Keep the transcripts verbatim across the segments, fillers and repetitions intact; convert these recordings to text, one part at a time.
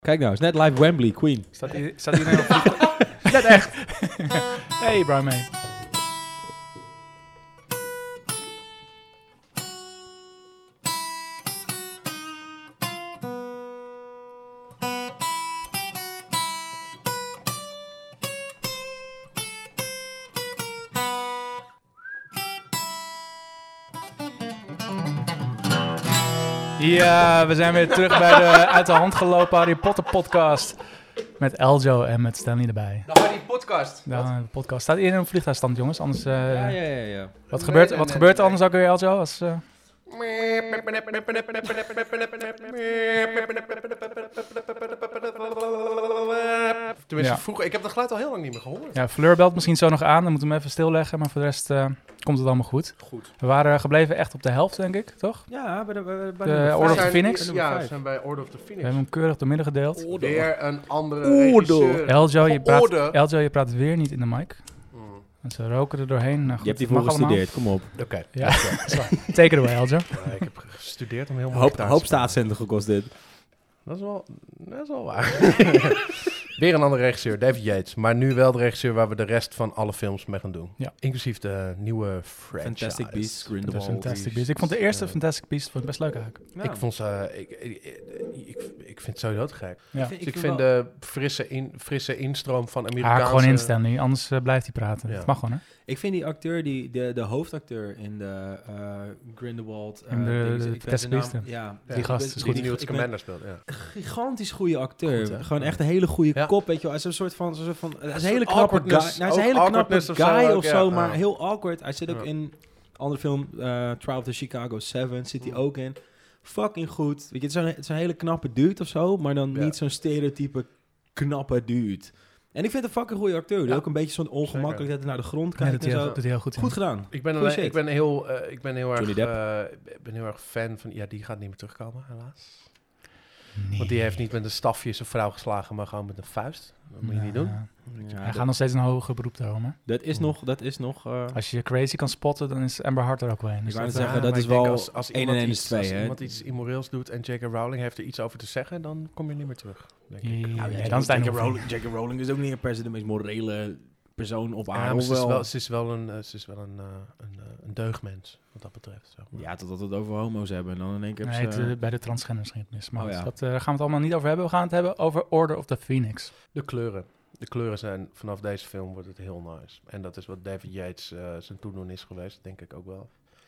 Kijk nou, is net live Wembley, Queen. Staat hier, staat hier nog net echt. Hey, Brian May. Ja, we zijn weer terug bij de uit de hand gelopen Harry Potter podcast. Met Eljo en met Stanley erbij. De Harry podcast. Ja, de podcast staat in een vliegtuigstand, jongens. Anders, uh, Ja, ja, ja. ja. Wat Nee, gebeurt, nee, wat nee, gebeurt er nee. anders ook weer, Eljo? Als, uh... Tenminste, Ja. vroeger, ik heb dat geluid al heel lang niet meer gehoord. Ja, Fleur belt misschien zo nog aan. Dan moeten we hem even stilleggen. Maar voor de rest uh, komt het allemaal goed. Goed. We waren gebleven echt op de helft, denk ik. Toch? Ja, bij de, bij, bij De nummer Order vijf. of the Zijn- Phoenix? Ja, we zijn bij Order of the We Phoenix. hebben hem keurig door midden gedeeld. Weer een andere Order. regisseur. Eljo, je praat, Orde. Eljo, je praat weer niet in de mic. Hmm. En ze roken er doorheen. Nou, goed, Je hebt het hiervoor mag allemaal. gestudeerd, kom op. Oké. Ja, take it away, Eljo. Ja, ik heb gestudeerd om heel mooi Hoop, gitaar te hoop spelen. staatscenten gekost dit. Dat is wel, dat is wel waar. Weer een andere regisseur, David Yates. Maar nu wel de regisseur waar we de rest van alle films mee gaan doen. Ja. Inclusief de nieuwe franchise. Fantastic Beasts, Dat is Grindelwald. Fantastic Beasts. Ik vond de eerste Ja. Fantastic Beasts vond ik best leuk eigenlijk. Ja. Ik vond ze... Ik, ik, ik, ik vind het sowieso te gek. Ja. Dus ik vind de frisse, in, frisse instroom van Haak Amerikaanse... gewoon in, Stanley. Anders uh, blijft hij praten. Ja. Dat mag gewoon, hè? Ik vind die acteur, die, de, de hoofdacteur in de uh, Grindelwald... uh, In de- dingen, de ik ben Fantastic zijn naam- Beasts, Ja, Die ik gast ben- is Die goed. Newt ik ben Scamander speelt, ja. een gigantisch goede acteur. Goed, hè? Gewoon echt een hele goede Ja. kop, weet je wel. Hij is een soort van... Een soort van hij is een soort hele knappe guy. awkwardness. Nou, hij is een Ook hele knappe awkwardness of zo guy ook, of ja. zo, maar Ja. heel awkward. Hij zit ook Ja. in een andere film, uh, Trial of the Chicago seven, zit hij Mm. ook in. Fucking goed. Weet je, het is, een, het is een hele knappe dude of zo, maar dan Ja. niet zo'n stereotype knappe dude. En ik vind het een fucking goede acteur. Die Ja. ook een beetje zo'n ongemakkelijk dat hij naar de grond Ja, kijkt dat en hij zo. heel, doet hij heel goed. in. Goed gedaan. Ik ben, Goeie alleen, shit. ik ben heel, uh, ik ben heel erg, Johnny Depp. uh, ik ben heel erg fan van... Ja, die gaat niet meer terugkomen, helaas. Nee. Want die heeft niet met een stafje zijn vrouw geslagen, maar gewoon met een vuist. Dat moet je niet doen. Ja. Ja, Hij dat, gaat nog steeds een hoger beroep daarom, hè? dat is nog... Dat is nog uh, Als je crazy kan spotten, dan is Amber Hart er ook wel een. Dus wou dat, net uh, zeggen, dat maar is ik denk wel als, als één iemand en één iets, is twee, als hè? iemand iets immoreels doet en J K. Rowling heeft er iets over te zeggen, dan kom je niet meer terug. Denk ik. ja, Nou, ja, ja, dan is het J K einde van. Rowling, J K Rowling is ook niet per se de meest morele persoon op Ja, aarde. maar ze, is hoewel- wel, ze is wel een, uh, ze is wel een, uh, een, uh, een deugdmens, wat dat betreft. Zeg maar. Ja, totdat we het over homo's hebben. En dan in één keer Nee, hebben het, ze... uh, bij de transgenders ging het mis. Maar Oh, goed, ja. dat, uh, daar gaan we het allemaal niet over hebben. We gaan het hebben over Order of the Phoenix. De kleuren. De kleuren zijn, vanaf deze film wordt het heel nice. En dat is wat David Yates uh, zijn toedoen is geweest, denk ik ook wel.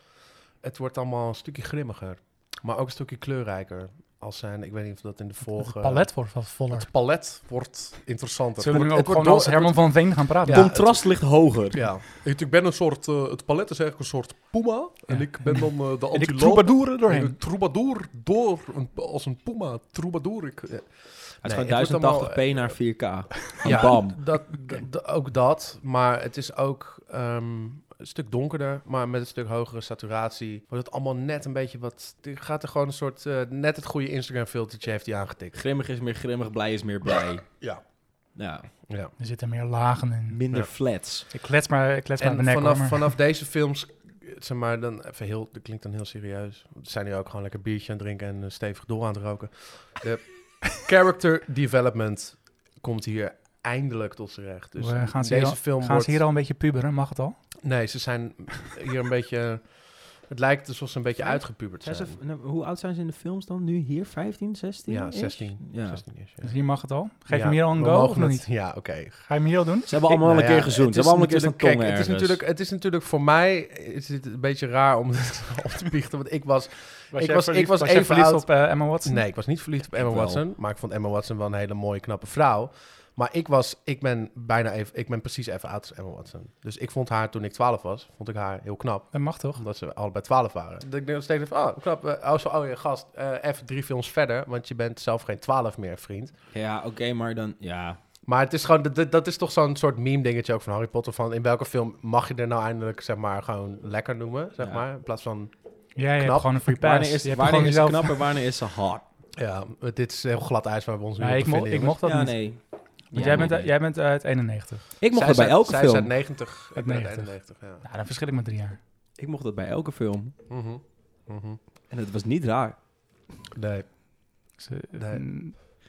Het wordt allemaal een stukje grimmiger, maar ook een stukje kleurrijker. Als zijn, ik weet niet of dat in de volgende... Het palet wordt wat voller. Het palet wordt interessanter. Zullen we nu Het ook wordt- gewoon het als wordt Herman van Veen gaan praten? Ja, contrast ligt hoger. Ja, ik, ik ben een soort, uh, het palet is eigenlijk een soort puma. En Ja. ik ben dan uh, de En ik antiloop. troubadour er En doorheen. een troubadour door, een, als een puma, troubadour. Ik, uh, Het is Nee, gewoon het wordt duizend tachtig p allemaal, naar vier k. En ja, bam. Dat, d- d- ook dat, maar het is ook um, een stuk donkerder, maar met een stuk hogere saturatie. Wordt het allemaal net een beetje wat... Er gaat er gewoon een soort, uh, net het goede Instagram-filtertje heeft hij aangetikt. Grimmig is meer grimmig, blij is meer blij. Ja. Ja, Ja. Er zitten meer lagen in. minder Ja. flats. Ik klets maar, ik klets maar En in mijn nek. vanaf, hoor, maar- vanaf deze films, zeg maar, dan even heel, dat klinkt dan heel serieus. We zijn nu ook gewoon lekker biertje aan het drinken en uh, stevig door aan het roken. De character development komt hier eindelijk tot z'n recht. Dus We gaan ze, deze hier al, film gaan wordt... ze hier al een beetje puberen? Mag het al? Nee, ze zijn hier een beetje... Het lijkt alsof ze een beetje Zijn- uitgepubert Zijn zijn. ze, nou, hoe oud zijn ze in de films dan? Nu hier? vijftien, zestien? Ja, -ish? zestien. Ja. zestien is, ja. Dus hier mag het al? Geef Ja, je hem hier al een we go mogen of nog het- niet? Ja, oké. Ga je hem hier al doen? Ze hebben allemaal Ik- al een nou keer ja, gezoend. het Ze is hebben allemaal een keer zo'n natuurlijk- tong kijk, het is ergens. natuurlijk, het is natuurlijk voor mij is het een beetje raar om het op te biechten, want ik was... Was ik jij was, verliefd- ik was, was jij even verliefd oud. op uh, Emma Watson? Nee, ik was niet verliefd op Emma Ik wel. Watson, maar ik vond Emma Watson wel een hele mooie, knappe vrouw. Maar ik was, ik ben bijna even, ik ben precies even oud als Emma Watson. Dus ik vond haar, toen ik twaalf was, vond ik haar heel knap. Dat mag toch? Omdat ze allebei twaalf waren. Dat ik nog steeds van, oh, knap. eh, Oh, zo, oh je gast, eh, even drie films verder, want je bent zelf geen twaalf meer, vriend. Ja, oké, maar dan... Ja. Maar het is gewoon, dat, dat is toch zo'n soort meme dingetje ook van Harry Potter, van in welke film mag je er nou eindelijk, zeg maar, gewoon lekker noemen, zeg Ja. maar, in plaats van, Ja, je hebt Knap. gewoon een free pass. Wanneer is, je hebt wanneer gewoon is ze jezelf... knap en wanneer is ze hard? ja, dit is heel glad ijs waar we ons nu Nee, op ik, mo bevinden, ik mocht dat Ja, niet. nee. Want Ja, jij, bent, nee. jij bent uit eenennegentig. Ik mocht Zij dat bij is uit- elke zij is film. uit negentig. Uit Ik ben uit negentig. eenennegentig, ja. Nou, dan verschil ik met drie jaar. Ik mocht dat bij elke film. Mhm. Mhm. En het was niet raar. Nee. Ze, Nee. mm,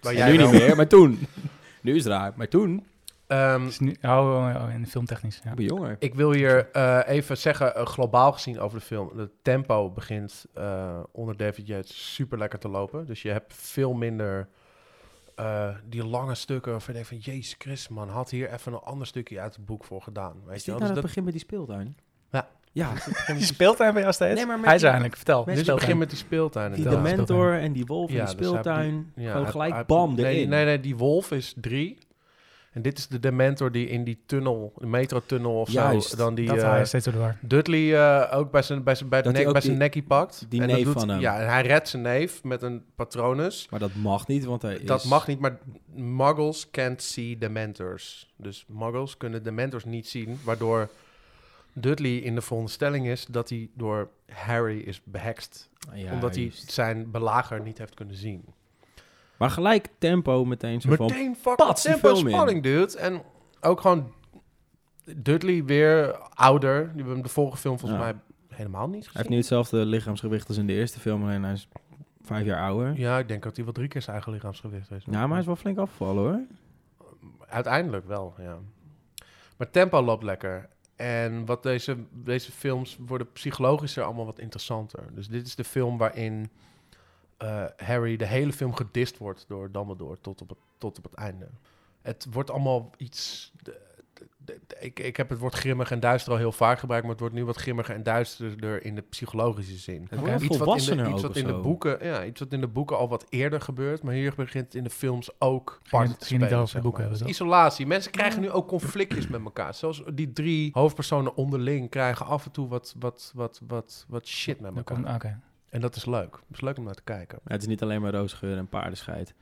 Maar En jij nu wel. niet meer, maar toen. Nu is het raar, maar toen. Ehm, Is nu, oh, oh, oh, in de filmtechnisch. Ja. Ik ben jonger. ik wil hier uh, even zeggen, uh, globaal gezien over de film. Het tempo begint uh, onder David Yates super lekker te lopen. Dus je hebt veel minder uh, die lange stukken waarvan je denkt van... Jezus Christus, man, had hier even een ander stukje uit het boek voor gedaan. Weet Is je dit wel? nou Dus het begin met die speeltuin? Ja. Ja. Die speeltuin bij jou steeds? Nee, maar met Hij is die- eigenlijk, vertel. met Dit is het Speeltuin. begin met die speeltuin. Die inderdaad. de Dementor en die wolf in Ja, de dus hij heeft die- speeltuin. Ja, Gewoon hij- gelijk hij- bam nee, erin. Nee, nee, die wolf is drie. En dit is de Dementor die in die tunnel, de metrotunnel of Juist, zo, dan die Dat uh, haal je steeds door. Dudley uh, ook bij zijn, bij zijn, bij de Dat hij nek, ook bij zijn die- nekkie pakt. die En dat neef doet- van hem. Ja, en hij redt zijn neef met een patronus. Maar dat mag niet, want hij is... Dat mag niet, maar muggles can't see Dementors. Dus muggles kunnen Dementors niet zien, waardoor Dudley in de veronderstelling is dat hij door Harry is behekst. Ja, omdat hij juist. zijn belager niet heeft kunnen zien. Maar gelijk tempo meteen zo van... Meteen fucking pats die tempo film in. spanning, dude. En ook gewoon Dudley weer ouder. Die hebben hem de vorige film volgens Ja. mij helemaal niet Hij gezien. heeft nu hetzelfde lichaamsgewicht als in de eerste film, alleen hij is vijf jaar ouder. Ja, ik denk dat hij wel drie keer zijn eigen lichaamsgewicht heeft. Ja, maar hij is wel flink afgevallen hoor. Uiteindelijk wel, ja. Maar tempo loopt lekker. En wat deze, deze films worden psychologischer allemaal wat interessanter. Dus dit is de film waarin uh, Harry de hele film gedist wordt door Dumbledore tot op het, tot op het einde. Het wordt allemaal iets... De, de, de, de, ik, ik heb het woord grimmig en duister al heel vaak gebruikt, maar het wordt nu wat grimmiger en duisterder in de psychologische zin. Het Oké. wordt Iets wat in volwassener de, iets ook wat of in de zo. boeken, ja, iets wat in de boeken al wat eerder gebeurt, maar hier begint het in de films ook parten het te ging niet spelen. over de zeg boeken maar. hebben, toch? Isolatie. Mensen krijgen nu ook conflictjes met elkaar. Zelfs die drie hoofdpersonen onderling krijgen af en toe wat, wat, wat, wat, wat shit met Dat elkaar. komt- Oké. En dat is leuk. Het is leuk om naar te kijken. Ja, het is niet alleen maar roosgeur en paardenscheid.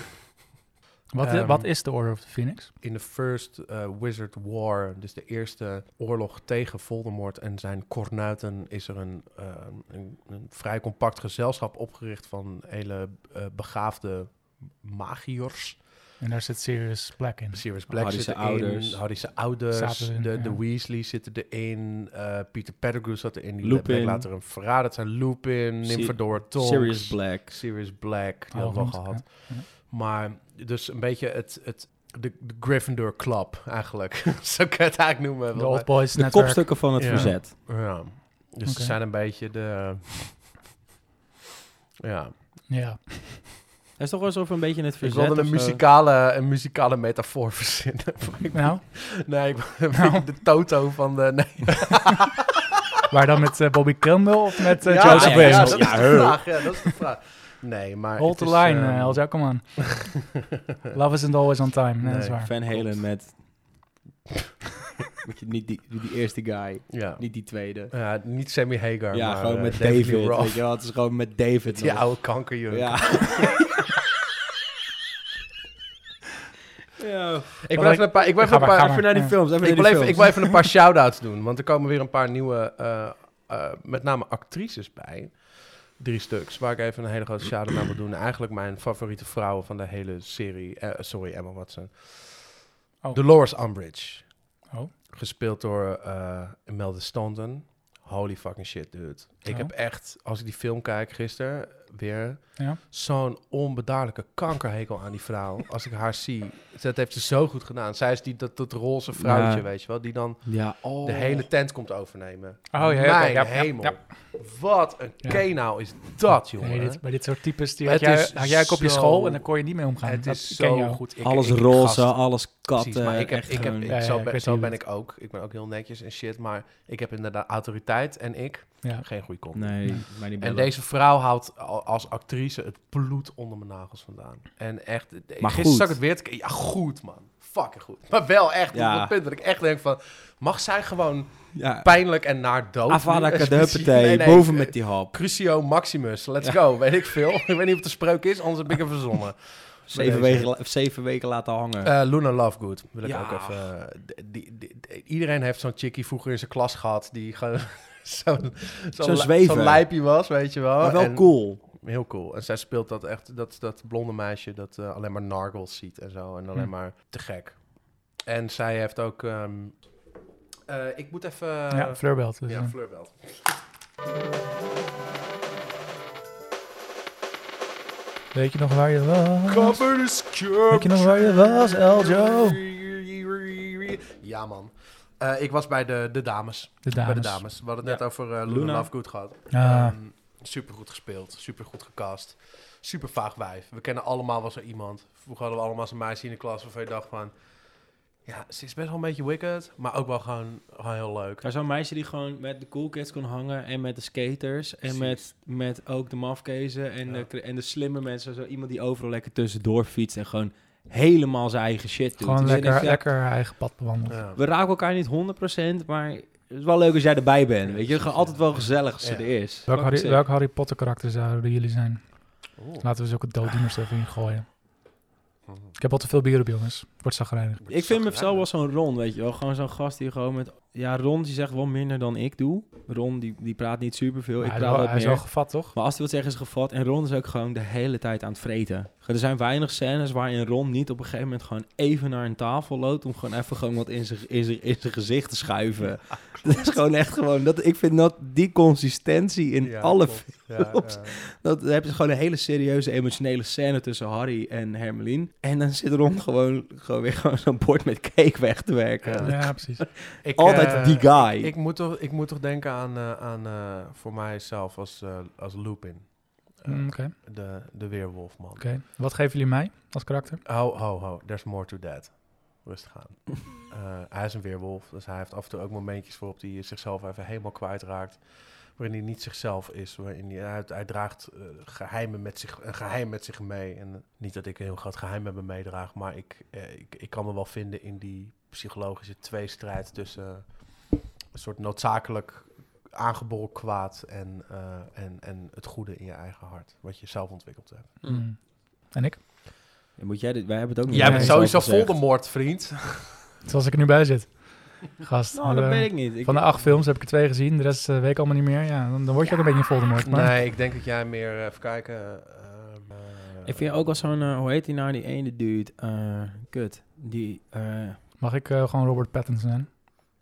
Wat, Ehm, wat is de Order of the Phoenix? In de First uh, Wizard War, dus de eerste oorlog tegen Voldemort en zijn kornuiten, is er een, uh, een, een vrij compact gezelschap opgericht van hele uh, begaafde magiërs. En daar zit Sirius Black in. Sirius Black Harry's zit ouders. erin, Harry's ouders, Zaten erin, de, ja. de Weasleys zitten erin, uh, Peter Pettigrew zat erin, die Lupin. bleek later een verrader. Het zijn Lupin, Si- Nymphadora Tonks, Sirius Black. Sirius Black, die Oh, hadden we al goed, gehad. ja. Ja. Maar dus een beetje het, het, de, de Gryffindor Club eigenlijk. Zo kan je het eigenlijk noemen. De Want Old Boys De netwerk. kopstukken van het Ja. verzet. wij- Ja, dus Oké. ze zijn een beetje de... ja, Ja. Het is toch wel alsof een beetje het ik verzet wilde of een zo. muzikale, een muzikale metafoor verzinnen. Nou, Nee, ik wil een beetje de Toto van de... Nee. waar dan met eh, Bobby Campbell of met eh, Ja, Joseph ja, ja, ja, Wales? dat Ja, is de huh. vraag. Ja, dat is de vraag. Nee, maar... Hold het the is, line, ehm, uh, Elja, come on. Love isn't always on time. Nee, dat is Nee. waar. Van Halen met... Moet je niet die, die eerste guy, Ja. niet die tweede. Ja, niet Sammy Hagar, Ja, maar gewoon eh, met David David. Lee Roth. Weet je wel, het is gewoon met David. Die nog. oude kankerjurk. Ja. ja. Ik Wat wil ik- even een paar... Ik wil Ga even een maar, paar... ga Even naar die Ja. films. Even Ik naar wil, die even, ik films. wil even een paar shout-outs doen. Want er komen weer een paar nieuwe, uh, uh, met name actrices bij. Drie stuks, waar ik even een hele grote shout-out naar wil doen. Eigenlijk mijn favoriete vrouwen van de hele serie. Uh, sorry, Emma Watson. Oh. Dolores Umbridge. Oh. Gespeeld door uh, Imelda Staunton. Holy fucking shit, dude. Ik Oh. heb echt, als ik die film kijk gisteren, weer Ja. zo'n onbedaarlijke kankerhekel aan die vrouw. Als ik haar zie. Dat heeft ze zo goed gedaan. Zij is die, dat, dat roze vrouwtje, Ja. weet je wel. Die dan Ja, oh. de hele tent komt overnemen. Oh, ja, ja, Mijn ja, ja, hemel. ja. Wat een Ja. kenau is dat, jongen. Nee, dit, bij dit soort types, die Het had jij, is had jij ook op je zo- school en dan kon je niet mee omgaan. het Dat is ken zo jou. goed. Ik- alles ik- ik- roze, gast, alles katten. Precies, maar ik heb, echt ik heb, gewoon- ik, Ja, ja, zo, ik ben, weet zo wie ben je ik ook. Ik ben ook heel netjes en shit, maar ik heb inderdaad autoriteit en ik Ja. geen goede kont. Nee, mij niet En bellen. deze vrouw houdt al- als actrice het bloed onder mijn nagels vandaan. En echt, Maar gisteren goed. zag ik het weer te kijken. Ja, goed man. Fucking goed. Maar wel echt Ja. op het punt dat ik echt denk van... Mag zij gewoon Ja, pijnlijk en naar dood? Avada nu? Kedavra, Nee, nee, boven eh, met die hap. Crucio Maximus, let's go. Weet ik veel. Ik weet niet of de spreuk is, anders heb ik hem verzonnen. Zeven deze. weken, la- zeven weken laten hangen. Eh, Luna Lovegood wil ik Ja. ook even... eh, die, die, die- iedereen heeft zo'n chickie vroeger in zijn klas gehad... die gewoon zo'n Zo'n zo'n zwever. zo'n lijpje was, weet je wel. maar wel En- cool. Heel cool. En zij speelt dat echt, dat, dat blonde meisje dat eh, alleen maar nargles ziet en zo. En alleen Hm. maar te gek. En zij heeft ook... ehm, eh, ik moet even... Ja, Fleurbelt. Dus, ja, eh, Fleurbelt. Weet je nog waar je was? Cover is cure. Weet je nog waar je was, Eljo? Ja, man. Uh, ik was bij de, de dames. De dames. Bij de dames. We hadden het Ja. net over uh, Luna, Luna. Lovegood gehad. Ah. Um, super goed gespeeld. Super goed gecast. Super vaag wijf. We kennen allemaal wel zo iemand. Vroeger hadden we allemaal zo'n meisje in de klas waarvan je dacht van... Ja, ze is best wel een beetje wicked, maar ook wel gewoon, gewoon heel leuk. Er zo'n meisje die gewoon met de cool kids kon hangen en met de skaters en Precies. met, met ook de mafkezen en, Ja. de, en de slimme mensen. Zo iemand die overal lekker tussendoor fietst en gewoon helemaal zijn eigen shit doet. Gewoon Dus ik lekker, denk, ja, lekker haar eigen pad bewandelen. Ja. we raken elkaar niet honderd procent, maar het is wel leuk als jij erbij bent. Weet je, gewoon altijd wel gezellig als ze Ja. er is. Welk Fucking Harry, sick. welk Harry Potter karakter zouden jullie zijn? Oeh. Laten we zulke dooddoeners even in gooien. Mhm. Ik heb al te veel bier op, jongens. Wordt zagrijnig. Ik vind mezelf wel zo'n Ron, weet je wel. Gewoon zo'n gast die gewoon met... Ja, Ron die zegt wel minder dan ik doe. Ron die, die praat niet superveel. Ik Hij is praat wel- wat hij is meer. wel gevat, toch? Maar als hij wat zeggen is gevat. En Ron is ook gewoon de hele tijd aan het vreten. Er zijn weinig scènes waarin Ron niet op een gegeven moment gewoon even naar een tafel loopt. Om gewoon even gewoon wat in zijn, in zijn, in zijn gezicht te schuiven. Dat is gewoon echt gewoon... Dat, ik vind dat die consistentie in Ja, alle klopt. Ja, films. ja. Dat, dan heb je gewoon een hele serieuze emotionele scène tussen Harry en Hermeline. En dan zit Ron gewoon, gewoon weer gewoon zo'n bord met cake weg te werken. Ja. Ja, precies. Ik, Altijd eh, die guy. Ik moet toch, ik moet toch denken aan, uh, aan uh, voor mijzelf als, uh, als Lupin. Uh, Mm, Oké, de, de weerwolfman. oké. Wat geven jullie mij als karakter? Ho, ho, ho. There's more to that. Rustig aan. uh, hij is een weerwolf, dus hij heeft af en toe ook momentjes waarop hij zichzelf even helemaal kwijtraakt. Waarin hij niet zichzelf is. Waarin hij, hij, hij draagt uh, geheimen met zich, een geheim met zich mee. En uh, niet dat ik een heel groot geheim met me meedraag, maar ik, uh, ik, ik kan me wel vinden in die psychologische tweestrijd tussen uh, een soort noodzakelijk aangeboren kwaad en, uh, en, en het goede in je eigen hart. Wat je zelf ontwikkeld hebt. Mm. En ik? Ja, moet jij dit, wij hebben het ook niet. Jij Nee, bent zelf sowieso gezegd. Voldemort, vriend. Zoals ik er nu bij zit. Gast, Nou, dat eh, weet ik niet. Ik, van de acht films heb ik er twee gezien. De rest uh, weet ik allemaal niet meer. Ja, dan, dan word je ook een beetje een Voldemort. Maar Nee, ik denk dat jij meer, uh, even kijken... Uh, uh, ik vind ook wel zo'n, uh, hoe heet die nou, die ene dude? Uh, kut. Die, uh, mag ik uh, gewoon Robert Pattinson zijn?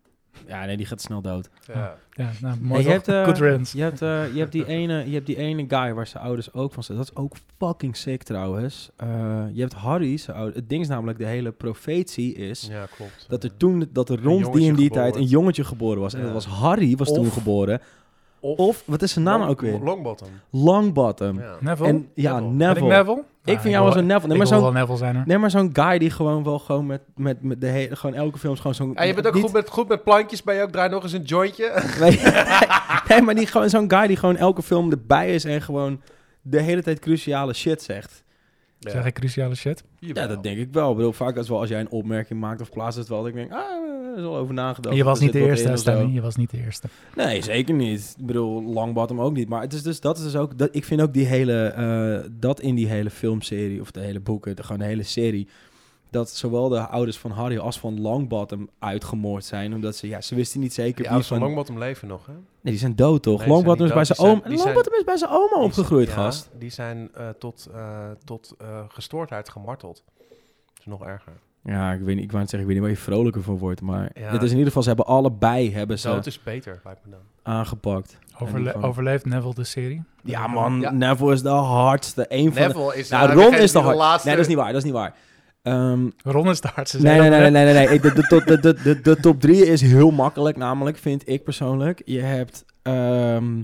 ja, nee, die gaat snel dood. ja. Ja, nou, Nee, mooi je, toch? hebt, uh, Good riddance. je, hebt, uh, je, hebt die ene, je hebt die ene guy waar zijn ouders ook van zitten. Dat is ook fucking sick trouwens. Uh, je hebt Harry, zijn oude, het ding is namelijk, de hele profetie is... ja, klopt. Dat er toen, dat er Een rond die jongetje in die geboren tijd een wordt. jongetje geboren was. En Ja. dat was Harry, was Of- toen geboren. Of, Of, wat is zijn naam Long- ook weer? Longbottom. Longbottom. Ja. Neville? En ja, Neville. Neville. Ben ik Neville? Ik Ah, vind jou wil- wel zo'n Neville. Nee, ik maar wil zo'n wel Neville zijn hoor. nee, maar zo'n guy die gewoon wel gewoon met, met, met de hele, gewoon elke film is gewoon zo'n... Ja, je bent ook niet- goed met, goed met plankjes bij je ook. Draai nog eens een jointje. Nee, nee, maar die, gewoon zo'n guy die gewoon elke film erbij is en gewoon de hele tijd cruciale shit zegt. Zeg ik cruciale shit? Ja, dat denk ik wel. Ik bedoel, vaak als, wel, als jij een opmerking maakt of plaatst het wel, dat ik denk, ah, er is al over nagedacht. Je was Er niet zit de wat eerste, in hè, of zo. Stanley. Je was niet de eerste. Nee, zeker niet. Ik bedoel, Longbottom ook niet. Maar het is dus, dat is dus ook, dat, ik vind ook die hele, eh, dat in die hele filmserie, of de hele boeken, de, gewoon de hele serie, dat zowel de ouders van Harry als van Longbottom uitgemoord zijn, omdat ze, ja, ze wisten niet zeker Die wie ouders van van... Longbottom leven nog, hè? Nee, die zijn dood toch? Nee, die Longbottom is zijn bij niet zijn dood. oom. Die zijn- Longbottom is bij zijn oma Die opgegroeid, zijn- ja, gast. Die zijn uh, tot, uh, tot uh, gestoordheid gemarteld. Dat is nog erger. Ja, ik weet niet, ik wou net zeggen, ik weet niet waar je vrolijker van wordt, maar Ja. dit is in ieder geval, ze hebben allebei hebben ze Dood is beter, lijkt me dan. aangepakt. En Overle- die van- Overleeft Neville de serie? Ja man, Ja. Neville is de hardste. Een van de... Neville is... Nou, uh, Ron degene is de die hard. laatste- Nee, dat is niet waar, dat is niet waar. Ehm, Ron is de hardste. nee, zei nee, je nee, dat nee, nee, nee. Ik- De, de, de, de, de, de top drie is heel makkelijk, namelijk, vind ik persoonlijk. Je hebt... ehm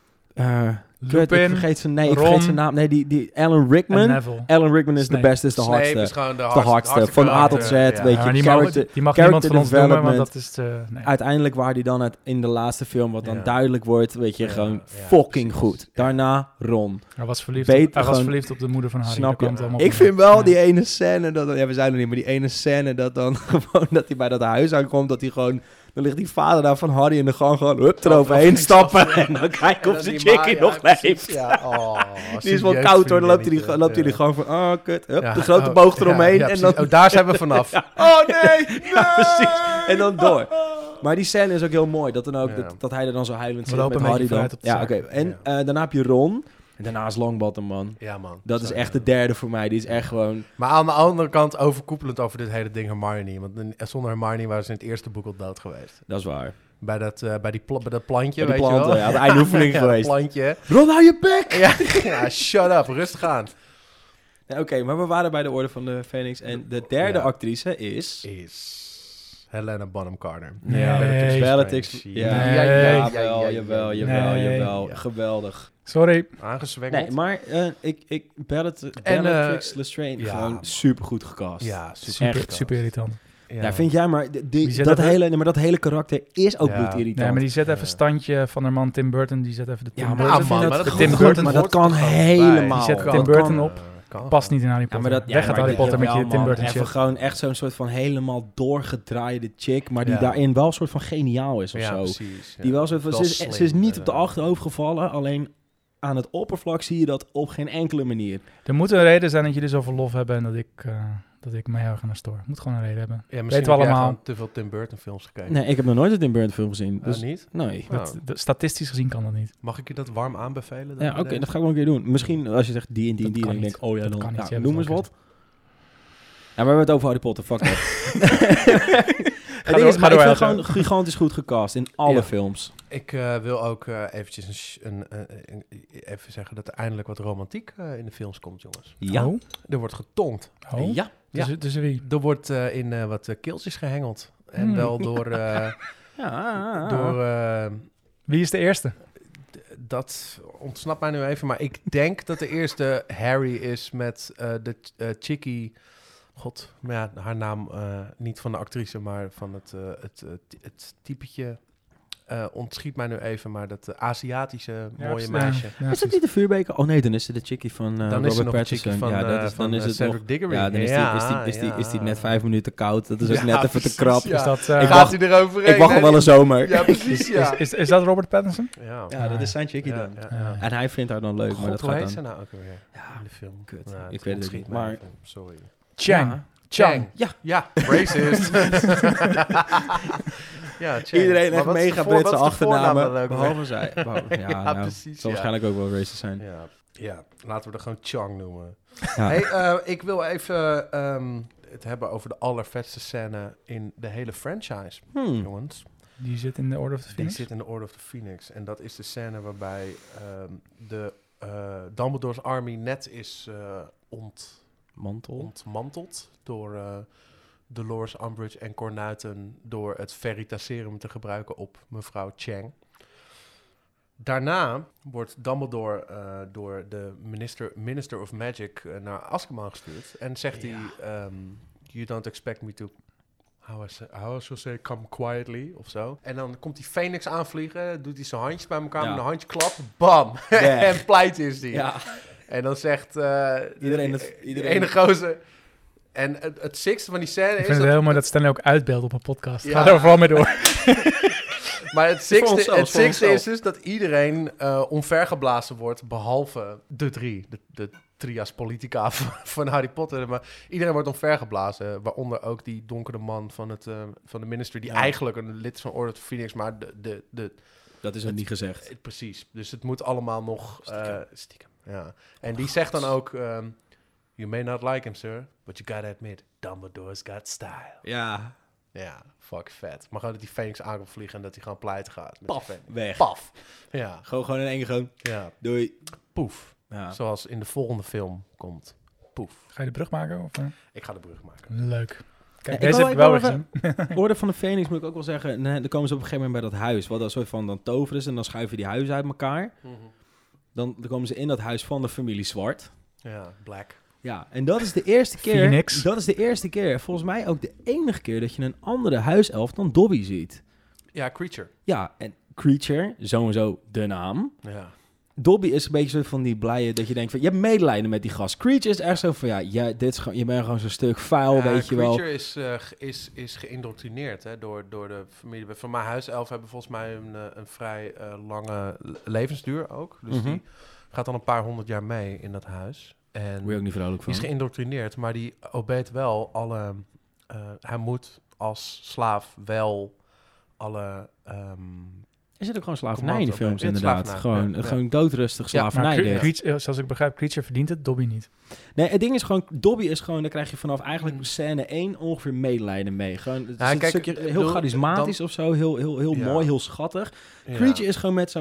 eh, kut, ik Lupin, vergeet zijn, nee, ik Ron. vergeet zijn naam. Nee, die, die Alan En Rickman. Neville. Alan Rickman is Snape. de beste, is de Snape hardste. is gewoon de de hardste. hardste, van A tot Z, weet je. Ja, die mag, character- die mag character niemand van ons doen, want development. dat is te... Nee. Uiteindelijk waar die dan uit, in de laatste film, wat dan Ja. duidelijk wordt, weet je, Ja, gewoon ja, fucking precies. goed. Daarna Ron. Hij was verliefd, Beter op, hij was gewoon- verliefd op de moeder van Harry. Snap Daar kwam je? het allemaal Ik op. vind wel Ja. die ene scène, dat, ja, we zijn er niet, maar die ene scène dat dan gewoon, dat hij bij dat huis aankomt, dat hij gewoon, dan ligt die vader daar van Harry in de gang gewoon, hup, eroverheen stappen en dan kijken of zijn chickie nog leeft. Ja, oh, Die is wel koud hoor, dan loopt hij die, loopt hij die gewoon gang van, ah, kut, hup, de grote boog eromheen en dan... Oh, daar zijn we vanaf. Oh nee! Ja, precies. En dan door. Maar die scène is ook heel mooi, dat, dan ook, Ja. dat, dat hij er dan zo huilend We zit lopen met een Harry beetje dan. vooruit op de Ja, zaak. oké. En Ja. eh, daarna heb je Ron. En daarna is Longbottom, man. Ja, man. Dat Zo, is echt ja. de derde voor mij. Die is echt gewoon... Maar aan de andere kant overkoepelend over dit hele ding Hermione. Want in- zonder Hermione waren ze in het eerste boek al dood geweest. Dat is waar. Bij dat, uh, bij die pla- bij dat plantje, Bij die weet planten, je wel? ja, de eindoefening Ja, geweest. dat plantje. Ron, hou je bek! Ja, ja, shut up. Rustig aan. Ja, Oké, okay, maar we waren bij de Orde van de Phoenix. En de derde Ja. actrice is... Is Helena Bonham Carter. Nee. Bellatrix Bellatrix Strange. Strange. Ja, Nee. ja, Ja, ja, ja, jawel, ja, jawel, ja. jawel, Nee. jawel. Ja. Geweldig. Sorry. Aangezwengeld. Nee, maar uh, ik, ik, Bellatrix, En, Bellatrix uh, Lestrange, ja, gewoon man. super goed gecast. Ja, super, Super, Echt. super irritant. Ja. Ja, vind jij maar, die, Wie zet dat, dat- hele, nee, maar dat hele karakter is ook Ja. bloedirritant. Nee, maar die zet even Ja. standje van haar man Tim Burton. Die zet even de Tim Ja, maar, Burton. Ah, man, dat, maar dat dat, Tim dat- Burton maar dat hoort kan er gewoon helemaal. Die zet Dat Tim kan- Burton op. Uh, kan Past niet in Harry Ja, Potter. maar dat, ja, Weg gaat maar Harry dat- Potter met je jawel, Tim man. Burton Even shit. gewoon echt zo'n soort van helemaal doorgedraaide chick, maar die Ja. daarin wel een soort van geniaal is of Ja, zo. precies. Die ja. wel zo van, Wel ze, is, slim, ze is niet eh, op de achterhoofd gevallen, alleen aan het oppervlak zie je dat op geen enkele manier. Er moet een reden zijn dat jullie zoveel lof hebben en dat ik, uh, dat ik me heel erg naar stoor. Moet gewoon een reden hebben. Ja, misschien Weten we heb jij allemaal. gewoon te veel Tim Burton films gekeken. Nee, ik heb nog nooit een Tim Burton film gezien. Uh, Dus, niet? nee. Oh. Dat, de- statistisch gezien kan dat niet. Mag ik je dat warm aanbevelen? dan Ja, bij oké, deze? dat ga ik wel een keer doen. Misschien als je zegt die en die en Dat die, kan dan denk niet. ik, oh ja, Dat dan kan niet. nou, Je hebt noem het eens wel wat. Ja, maar we hebben het over Harry Potter, fuck dat. Het door, ding is, ga maar door, ik vind Elsa. gewoon gigantisch goed gecast in alle Ja. films. Ik uh, wil ook uh, eventjes een, sh- een, uh, een, even zeggen dat er eindelijk wat romantiek uh, in de films komt, jongens. Ja. Oh? Er wordt getongd. Oh? Ja. Tussen, tussen wie? Er wordt uh, in uh, wat uh, keeltjes gehengeld. En Hmm. wel door... Uh, Ja. door uh, Wie is de eerste? d- dat ontsnapt mij nu even, maar ik denk dat de eerste Harry is met uh, de uh, chickie... God, maar ja, haar naam uh, niet van de actrice, maar van het, uh, het, uh, t- het typetje... Uh, ontschiet mij nu even, maar dat uh, Aziatische mooie Ja, meisje. ja, Is dat precies. niet de vuurbeker? Oh nee, dan is het de chickie van uh, Dan is er Robert nog een chickie Pattinson. van, ja, uh, dat is, van dan is uh, het Cedric nog... Diggory. Ja, dan is, ja, die, is, die, is, die, ja. is die net vijf minuten koud. Dat is ook Ja, net even te precies, krap. ja. Is dat, uh, Ik Gaat wacht- hij eroverheen? Ik wacht nog wel een zomer. Ja, precies, ja. is, is, is dat Robert Pattinson? Ja, Ja, dat is zijn chickie ja, dan. ja, Ja. ja. En hij vindt haar dan leuk, maar God, dat hoe gaat heet dan... ze nou ook alweer Ja, in de film? kut. Ja, Ik het weet het ontschiet niet, mij maar- even. Sorry. Chang. Ja. Chang. Ja. Ja, racist. ja, Chang. Iedereen Maar echt wat is de mega voor- Britse wat is de voornaam dan achternamen, ook weer? behalve zij. Behalve, ja, Ja, nou, precies, het zal ja. waarschijnlijk ook wel racist zijn. Ja. ja, laten we er gewoon Chang noemen. Ja. Hey, uh, ik wil even um, het hebben over de allervetste scène in de hele franchise, Hmm. jongens. Die zit in de Order of the Die Phoenix. zit in de Order of the Phoenix. En dat is de scène waarbij um, de uh, Dumbledore's Army net is uh, ont, Mantel. ontmanteld door uh, Dolores Umbridge en Cornuiten door het Veritaserum te gebruiken op mevrouw Chang. Daarna wordt Dumbledore uh, door de minister, minister of Magic uh, naar Azkaban gestuurd. En zegt Ja. hij, um, you don't expect me to, how I, say, how I shall say, come quietly, of zo. En dan komt die Phoenix aanvliegen, doet hij zijn handjes bij elkaar, Ja. met een handje klap, bam! Weg. En pleit is die. Ja. En dan zegt uh, Iedereen de, het- de iedereen- ene gozer... En het, het sixte van die scène Ik is... vind het heel mooi dat Stanley ook uitbeeldt op een podcast. Ja. Ga er vooral mee door. Maar het Voor sixte, onszelf, het voor sixte onszelf. is dus dat iedereen uh, omvergeblazen wordt, behalve de drie. De, de trias politica van, van Harry Potter. Maar iedereen wordt omvergeblazen, waaronder ook die donkere man van, het, uh, van de ministry, die Ja. eigenlijk een lid is van Order of the Phoenix, maar de... de, de Dat is ook Het- niet gezegd. eh, precies. Dus het moet allemaal nog... uh, Stiekem. stiekem. Ja. En die zegt dan ook... Um, you may not like him, sir, but you gotta admit, Dumbledore's got style. Ja. Ja, fuck vet. Maar gewoon dat die Phoenix aan kan vliegen en dat hij gewoon pleiten gaat. met Paf. die Phoenix. Weg. Paf. Ja, Gewoon, gewoon in één keer gewoon. ja. Doei. Poef. Ja. Zoals in de volgende film komt. Poef. Ga je de brug maken? Of, uh? Ik ga de brug maken. Leuk. Kijk, Ja, ik deze wil- heb ik ik wel wil weer gezien. Orde van de Phoenix moet ik ook wel zeggen. Nee, dan komen ze op een gegeven moment bij dat huis. Wat een soort van dan tover is. En dan schuiven die huizen uit elkaar. Dan, dan komen ze in dat huis van de familie Zwart. Ja, black. Ja, en dat is de eerste keer. Phoenix. Dat is de eerste keer. Volgens mij ook de enige keer dat je een andere huiself dan Dobby ziet. Ja, Creature. Ja, en Creature, sowieso de naam. Ja. Dobby is een beetje soort van die blije dat je denkt van, je hebt medelijden met die gast. Creature is echt zo van, ja, ja dit is gewoon, je bent gewoon zo'n stuk vuil, Ja, weet je wel. Creature is, uh, ge- is, is geïndoctrineerd hè, door, door de familie. Van mijn huiself hebben volgens mij een, uh, een vrij uh, lange le- levensduur ook. Dus Mhm. die gaat dan een paar honderd jaar mee in dat huis. En Word je ook niet vrolijk die van. is geïndoctrineerd, maar die obeet wel alle... Uh, hij moet als slaaf wel alle... Um, Er zit ook gewoon slavernij in die Commando, films, ja, het is inderdaad. slavernij, Gewoon, ja, ja. gewoon doodrustig Ja, Maar slavernij. Cre- dit. Creature, eh, zoals ik begrijp, Creature verdient het, Dobby niet. Nee, het ding is gewoon, Dobby is gewoon, daar krijg je vanaf eigenlijk scène één ongeveer medelijden mee. Gewoon, het is Ja, een kijk, stukje ik heel bedoel, charismatisch of zo, heel, heel, heel Ja. mooi, heel schattig. ja. Creature is gewoon met zo'n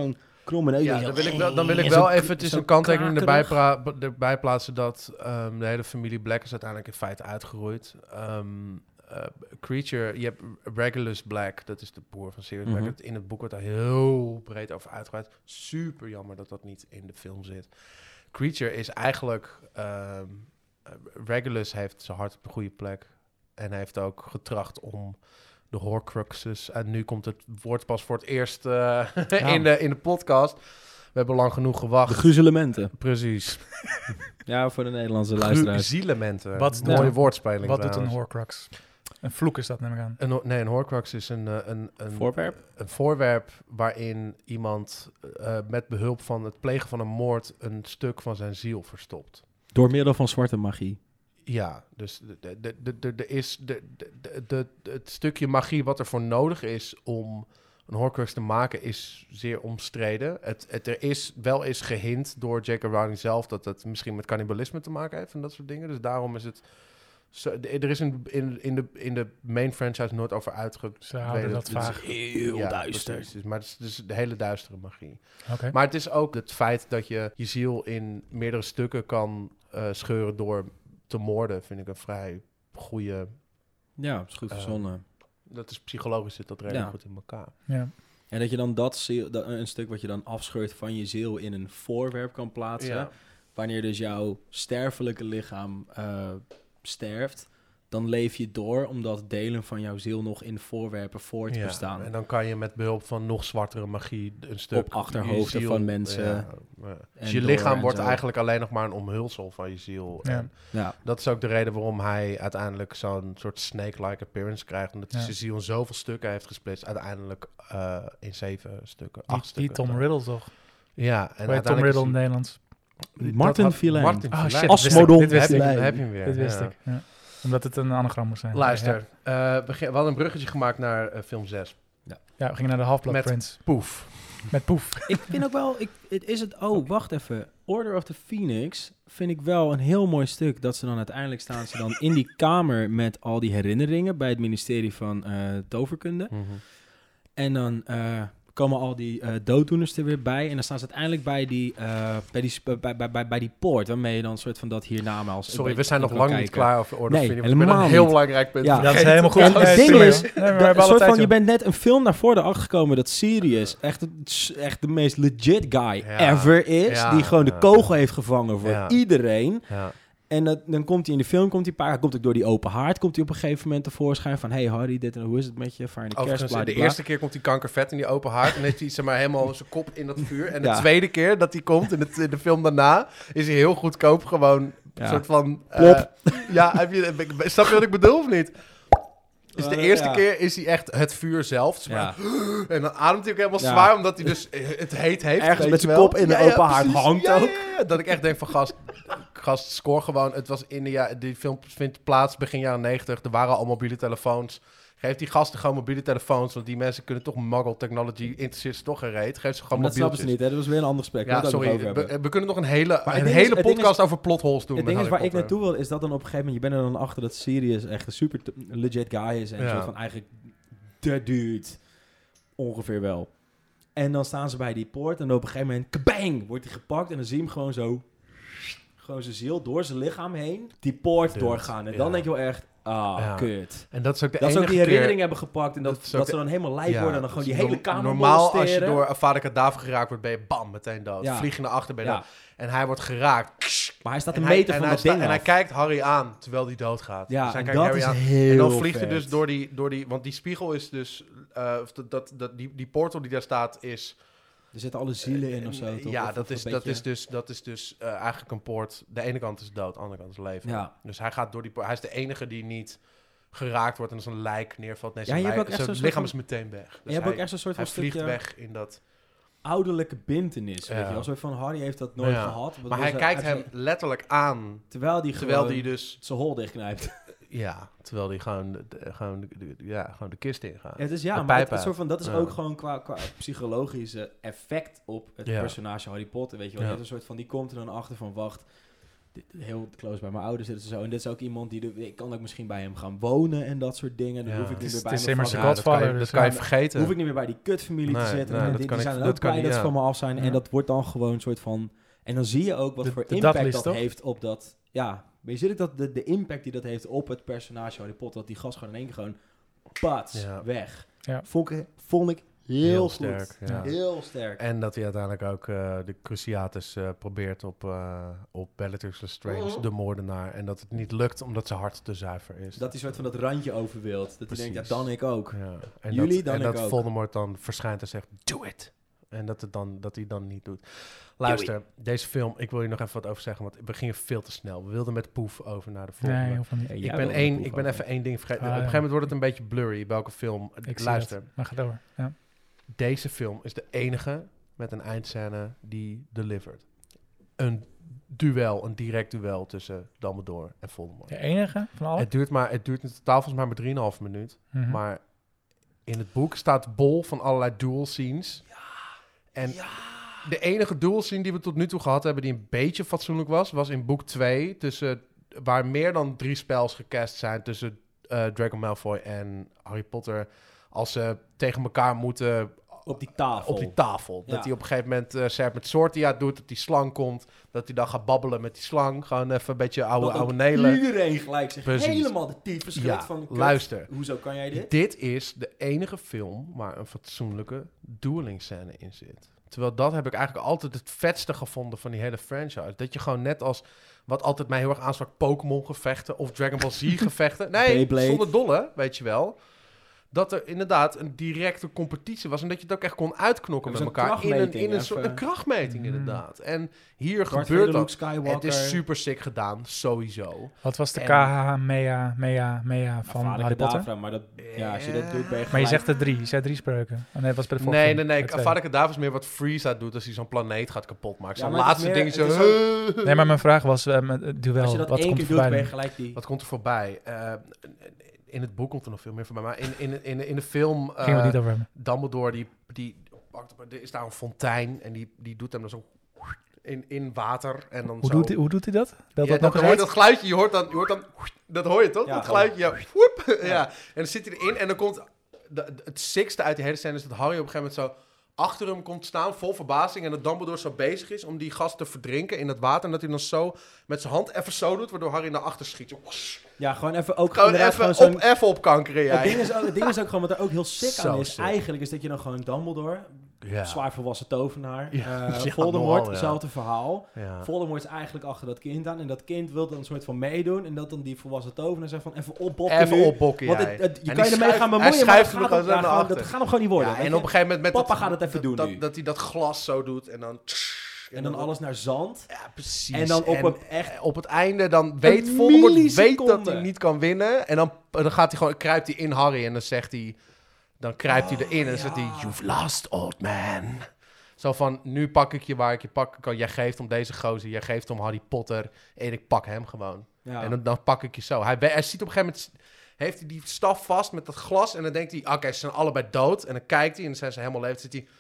krom en Ja, zo- dan wil ik wel, dan wil ik zo- wel eventjes zo een kanttekening erbij, krakerig. pra- erbij plaatsen dat um, de hele familie Black is uiteindelijk in feite uitgeroeid. Um, uh, Creature, je hebt Regulus Black, dat is de broer van Sirius Mhm. Black. In het boek wordt daar heel breed over uitgebreid. Super jammer dat dat niet in de film zit. Creature is eigenlijk... Um, uh, Regulus heeft zijn hart op de goede plek. En hij heeft ook getracht om de Horcruxes... En nu komt het woord pas voor het eerst uh, in, de, in de podcast. We hebben lang genoeg gewacht. De gruzelementen. Precies. Ja, voor de Nederlandse luisteraars. Zielementen. Wat doet Mooie een- woordspeling Wat doet een trouwens. Horcrux? Een vloek is dat, neem ik aan. Een, ho- nee, een Horcrux is een, uh, een, een, Voorwerp? een voorwerp waarin iemand uh, met behulp van het plegen van een moord een stuk van zijn ziel verstopt. Door middel van zwarte magie. Ja, dus de, de, de, de, de is de, de, de, de, het stukje magie wat er voor nodig is om een Horcrux te maken is zeer omstreden. Het, het, er is wel eens gehint door J K. Rowling zelf dat het misschien met cannibalisme te maken heeft en dat soort dingen. Dus daarom is het... Zo, de- er is in, in, in, de, in de main franchise nooit over uitge... Ze houden dat dit is vaag. Heel ja, duister. precies. Dus- maar het is dus de hele duistere magie. Oké. Maar het is ook het feit dat je je ziel in meerdere stukken kan uh, scheuren door te moorden, vind ik een vrij goede... Ja, dat is goed Uh, verzonnen. Dat is psychologisch zit dat redelijk Ja. goed in elkaar. Ja. En dat je dan dat, ziel, dat een stuk wat je dan afscheurt van je ziel in een voorwerp kan plaatsen. Ja. Wanneer dus jouw sterfelijke lichaam uh, sterft, dan leef je door omdat delen van jouw ziel nog in voorwerpen voort Ja, bestaan. en dan kan je met behulp van nog zwartere magie een stuk... Op achterhoofden je van mensen. Ja, ja. En Dus je door lichaam en wordt zo. eigenlijk alleen nog maar een omhulsel van je ziel. Ja. En Ja, dat is ook de reden waarom hij uiteindelijk zo'n soort snake-like appearance krijgt. Omdat hij Ja. zijn ziel in zoveel stukken heeft gesplitst. Uiteindelijk uh, in zeven stukken, Die, acht die stukken. Tom Riddle toch? Ja, en Bij Tom uiteindelijk Riddle in is Nederlands. hij- Martin dat had- Villain. Martin Oh Villain. shit, Asmodon dit wist ik. Heb Dit je, wist ik. heb je hem weer. Dit wist ja. ik. Ja. Omdat het een anagram moest zijn. Luister, uh, we, ge- we hadden een bruggetje gemaakt naar uh, film zes. Ja, we gingen naar de Half-Blood Met- Prince. Poef. Met Poef. ik vind ook wel... Ik, het is het, oh, wacht even. Order of the Phoenix vind ik wel een heel mooi stuk. Dat ze dan uiteindelijk staan ze dan in die kamer met al die herinneringen bij het ministerie van uh, Toverkunde. En dan uh, komen al die uh, dooddoeners er weer bij. En dan staan ze uiteindelijk bij die, uh, bij die, sp- bij, bij, bij, bij die poort. Waarmee je dan een soort van dat hiernamaals... Sorry, we zijn nog lang niet klaar over Order Nee, of Phoenix. Ik ben helemaal een heel niet. belangrijk punt Ja. Dat is vergeten. helemaal goed. En Nee, het ding sorry, is, hoor. Nee, maar we de- hebben alle soort tijd, van, je joh. bent net een film naar voren achtergekomen dat Sirius echt, het- echt de meest legit guy Ja. ever is. Ja. Die gewoon de Ja. kogel heeft gevangen voor Ja. iedereen. Ja. En dat, dan komt hij in de film, komt hij, paar, hij komt ook door die open haard, komt hij op een gegeven moment tevoorschijn van, hey Harry, dit en hoe is het met je? Fijne kerst, Overigens, de bladibla. eerste keer komt hij kankervet in die open haard en heeft hij zeg maar, helemaal zijn kop in dat vuur. En de Ja. tweede keer dat hij komt, in, het, in de film daarna, is hij heel goedkoop gewoon een Ja. soort van... eh, Plop. ja, heb je, snap je wat ik bedoel of niet? Dus de Uh, eerste ja. keer is hij echt het vuur zelf. zeg maar. Ja. En dan ademt hij ook helemaal Ja. zwaar, omdat hij dus het heet heeft. Ergens weet met je zijn wel. kop in de open haard precies. hangt Ja, ook. ja, ja. Dat ik echt denk van gast, gast, score gewoon. Het was in de ja, die film vindt plaats begin jaren negentig. Er waren al mobiele telefoons. Geef die gasten gewoon mobiele telefoons, want die mensen kunnen toch muggle technology, interesseert ze toch geen reet. Geef ze gewoon Maar dat snappen mobieltjes. ze niet, hè? Dat was weer een ander gesprek. Ja, Waar we het ook nog sorry. over hebben. We, we kunnen nog een hele, Maar het een ding is- hele het ding podcast over plotholes doen. Het met ding is waar Harry ik Potter. naartoe wil, is dat dan op een gegeven moment, je bent er dan achter dat Sirius echt een super t- legit guy is. En Ja. een soort van eigenlijk de dude. Ongeveer wel. En dan staan ze bij die poort en op een gegeven moment, kabang, wordt hij gepakt. En dan zie je hem gewoon zo, gewoon zijn ziel door zijn lichaam heen, die poort Dude, doorgaan. En ja. dan denk je wel echt, ah, Ja. kut. En dat is ook de Dat ze ook enige die keer- herinnering hebben gepakt en dat, dat is dat, ook ze de- dan helemaal lijp Ja, worden. En dan gewoon dus die hele no- kamer Normaal als je molesteren. door een vader kadaver geraakt wordt, ben je bam, meteen dood. Ja. Vlieg je naar achter, ben je Ja. dood. En hij wordt geraakt. Maar hij staat En een hij- meter en van hij dat sta- ding En hij af. kijkt Harry aan, terwijl hij doodgaat. Ja, dus hij en kijkt dat Harry is aan. heel En dan vliegt vet. hij dus door die, door die... Want die spiegel is dus... uh, of dat, dat, dat, die, die portal die daar staat is... Er zitten alle zielen in of zo, Eh, toch? Ja, Of- dat of is, een dat, beetje- is dus, dat is dus uh, eigenlijk een poort. De ene kant is dood, de andere kant is leven. Ja. Dus hij gaat door die poort. Hij is de enige die niet geraakt wordt en als een lijk neervalt. Nee, zijn, je hebt lijk- ook echt zijn zo'n lichaam soort is meteen weg. Dus En je hebt hij, ook echt zo'n soort van hij vliegt stukje weg in dat... ouderlijke bintenis, weet Ja. je wel. Een soort van Harry heeft dat nooit Ja. gehad. Wat Maar was hij er kijkt hem eigenlijk- letterlijk aan. Terwijl die Terwijl gewoon hij dus... zijn hol dichtknijpt. Ja, terwijl hij gewoon, de, de- gewoon, de, de- ja, gewoon de kist ingaat. Ja, dus ja, De maar het, pijp het soort van, dat is uit. ook Ja. gewoon qua, qua psychologische effect op het Ja. personage Harry Potter, weet je wel. Ja. Je hebt een soort van, die komt er dan achter van, wacht, heel close bij mijn ouders zitten ze zo. En dit is ook iemand die... De, ik kan ook misschien bij hem gaan wonen en dat soort dingen. Dan Ja. hoef ik Het niet is, meer bij het is mijn immers de vader- Ja, dat kan je, Godfather. dat dus kan je ja. vergeten. hoef ik niet meer bij die kutfamilie Nee, te zitten. nee, en dat die, kan die ik- zijn er dat ook kan blij niet, dat ze ja. van me af zijn. Ja. En dat wordt dan gewoon een soort van... En dan zie je ook wat De- voor de impact datlist, dat toch? heeft op dat... Ja, maar je ziet ook dat de, de impact die dat heeft op het personage Harry Potter... dat die gast gewoon in één keer gewoon... Pats, Ja. weg. Ja. Vond, ik, vond ik heel, Heel goed. sterk, ja. Heel sterk. En dat hij uiteindelijk ook uh, de Cruciatus uh, probeert op, uh, op Bellatrix Lestrange, Mhm. de moordenaar. En dat het niet lukt omdat zijn hart te zuiver is. Dat hij soort van dat randje over wilt. Dat hij Precies. denkt, ja, dan ik ook. Ja. En Jullie, dat, dan en ik dat ook. Voldemort dan verschijnt en zegt, do it. En dat, het dan, dat hij dan niet doet. Luister, deze film, ik wil je nog even wat over zeggen, want we gingen veel te snel. We wilden met Poef over naar de volgende. Nee, hoeft niet. Ja, ik jij ben, wilde één, Poef ik ben over. even één ding vergeten. Ah, Op een ja. gegeven moment wordt het een beetje blurry welke film. Ik zie Luister, het. Maar ga door. Ja. deze film is de enige met een eindscène die delivered. Een duel, een direct duel tussen Dumbledore en Voldemort. De enige van alle? Het duurt, maar, het duurt in totaal volgens mij maar drieënhalve minuut. Mhm. Maar in het boek staat bol van allerlei duel scenes. En de enige duel scene die we tot nu toe gehad hebben die een beetje fatsoenlijk was, was in boek twee, tussen, waar meer dan drie spels gecast zijn tussen uh, Draco Malfoy en Harry Potter, als ze tegen elkaar moeten Op die tafel. op die tafel. Ja. Dat hij op een gegeven moment uh, Serp met Sortia doet, dat die slang komt, dat hij dan gaat babbelen met die slang. Gewoon even een beetje oude, Dat ook oude nelen. iedereen gelijk zich Precies. helemaal de tyfus schudt Ja, van... kut, luister. Hoezo kan jij dit? Dit is de enige film waar een fatsoenlijke dueling scène in zit. Terwijl dat heb ik eigenlijk altijd het vetste gevonden van die hele franchise. Dat je gewoon net als, wat altijd mij heel erg aansprak, Pokémon gevechten of Dragon Ball Z gevechten. Nee, Beyblade. zonder dolle, weet je wel. Dat er inderdaad een directe competitie was. En dat je het ook echt kon uitknokken Ja, met zo'n elkaar. In een, krachtmeting, in een, even. soort, een krachtmeting, Mm. inderdaad. En hier Darth gebeurt Vader, Luke dat. Skywalker. Het is super sick gedaan, sowieso. Wat was de En- K H H Mea, Mea, Mea Ja, van Vader Harry Potter? Kedavra, maar dat, ja, als je dat doet, ben je Maar je gelijk- zegt er drie. Je zei drie spreuken. Oh, nee, dat was bij de vorige Nee, film. nee, nee. Bij twee. Vader Kedavra is meer wat Frieza doet als hij zo'n planeet gaat kapotmaken. Ja, Zo'n maar het is laatste meer- ding zo... het is Nee, maar mijn vraag was uh, met het duel. Als je dat wat één komt keer er doet, voorbij ben je dan? gelijk die... Wat komt er voorbij? Uh, in het boek komt er nog veel meer voorbij. Maar in, in, in, in de film... Uh, Gingen we het niet over hebben. Dumbledore, die, die pakt op, er is daar een fontein en die, die doet hem dan zo in, in water en dan Hoe zo... doet, hij, hoe doet hij dat? Belt Ja, dat nog dan eens hoor je uit? dat geluidje, je hoort dan, je hoort dan, dat hoor je toch? Ja, dat geluidje, ja, woep, ja. Ja. En dan zit hij erin en dan komt, de, het sixte uit die hele scène is dat Harry op een gegeven moment zo achter hem komt staan, vol verbazing, en dat Dumbledore zo bezig is om die gast te verdrinken in het water, en dat hij dan zo met zijn hand even zo doet, waardoor Harry naar achter schiet. Zo, Ja, gewoon even ook... gewoon inderdaad even gewoon op, zo'n- even op kankeren, Het ding, jij. is ook, het ding is ook gewoon, wat er ook heel sick Zo aan is, sick. eigenlijk is dat je dan gewoon Dumbledore, Ja. zwaar volwassen tovenaar, Ja, eh, ja, Voldemort, nogal, ja. hetzelfde verhaal. Ja. Voldemort is eigenlijk achter dat kind aan en dat kind wil dan een soort van meedoen en dat dan die volwassen tovenaar zegt van even opbokken Even nu. opbokken, Want jij. het, het- je En kan je die ermee schuift- gaan hij bemoeien, maar dat schuift hem gaat, gewoon hem, zo ja, naar gewoon- achter. dat gaat hem gewoon niet worden. Ja, weet en je? op een gegeven moment met Papa dat, gaat het even doen dat, nu. dat hij dat glas zo doet en dan... En dan alles naar zand. Ja, precies. En dan op En, een echt... eh, op het einde, dan weet Voldemort weet dat milliseconde. hij niet kan winnen. En dan, dan gaat hij gewoon, kruipt hij in Harry en dan zegt hij... Dan kruipt hij Oh, erin en dan ja. zegt hij... You've lost, old man. Zo van, nu pak ik je waar ik je pakken kan. Jij geeft om deze gozer, jij geeft om Harry Potter. En ik pak hem gewoon. Ja. En dan, dan pak ik je zo. Hij, we- hij ziet op een gegeven moment... Heeft hij die staf vast met dat glas. En dan denkt hij, oké, ze zijn allebei dood. En dan kijkt hij en dan zijn ze helemaal leeft. Zit hij...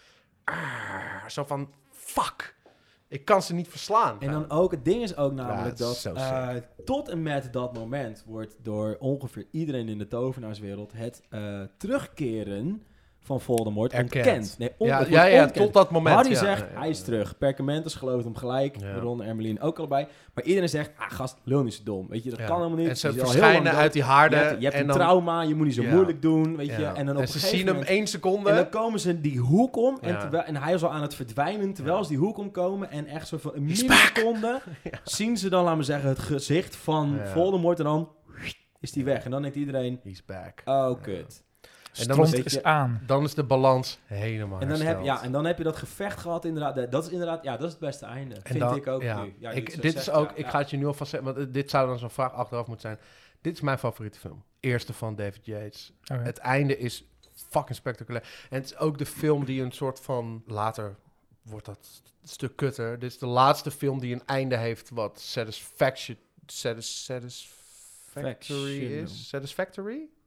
"Ah," zo van, fuck. Ik kan ze niet verslaan. En dan ook, het ding is ook namelijk het is dat zo eh, tot en met dat moment wordt door ongeveer iedereen in de tovenaarswereld het eh, terugkeren van Voldemort Erkend. ontkend. Nee, on- ja, het ja, wordt ja, ontkend. tot dat moment. Harry ja. zegt, Ja, ja, hij is ja. terug. Perkamentus gelooft hem gelijk. Ja. Ron en Hermeline ook allebei. Maar iedereen zegt, ah gast, lul niet zo dom. Weet je, dat Ja. kan helemaal niet. En ze Je is al heel verschijnen lang uit dood. die haarden. Je hebt, je hebt en een dan, trauma, je moet niet zo Ja. moeilijk doen. Weet je. Ja. En dan op en een ze gegeven zien hem moment... één seconde. En dan komen ze die hoek om. En, Ja. terwijl, en hij is al aan het verdwijnen. Terwijl Ja. ze die hoek omkomen. En echt zo van een He's milliseconde Ja. zien ze dan, laten we zeggen, het gezicht van Ja. Voldemort. En dan is die weg. En dan denkt iedereen, He's back. oh kut. En dan Stront is- is aan. Dan is de balans helemaal En dan, heb, hersteld. ja, en dan heb je dat gevecht gehad inderdaad. Dat is inderdaad, ja, dat is het beste einde. En Vind dan- ik ook ja. nu. Ja, nu ik, het zo dit zegt, is ook, ja, ik ja. ga het je nu alvast zeggen, want dit zou dan zo'n vraag achteraf moeten zijn. Dit is mijn favoriete film. Eerste van David Yates. Oké. Het einde is fucking spectaculair. En het is ook de film die een soort van... Later wordt dat een stuk kutter. Dit is de laatste film die een einde heeft wat satisfaction... Satis, satisfactory Factional. is. Satisfactory?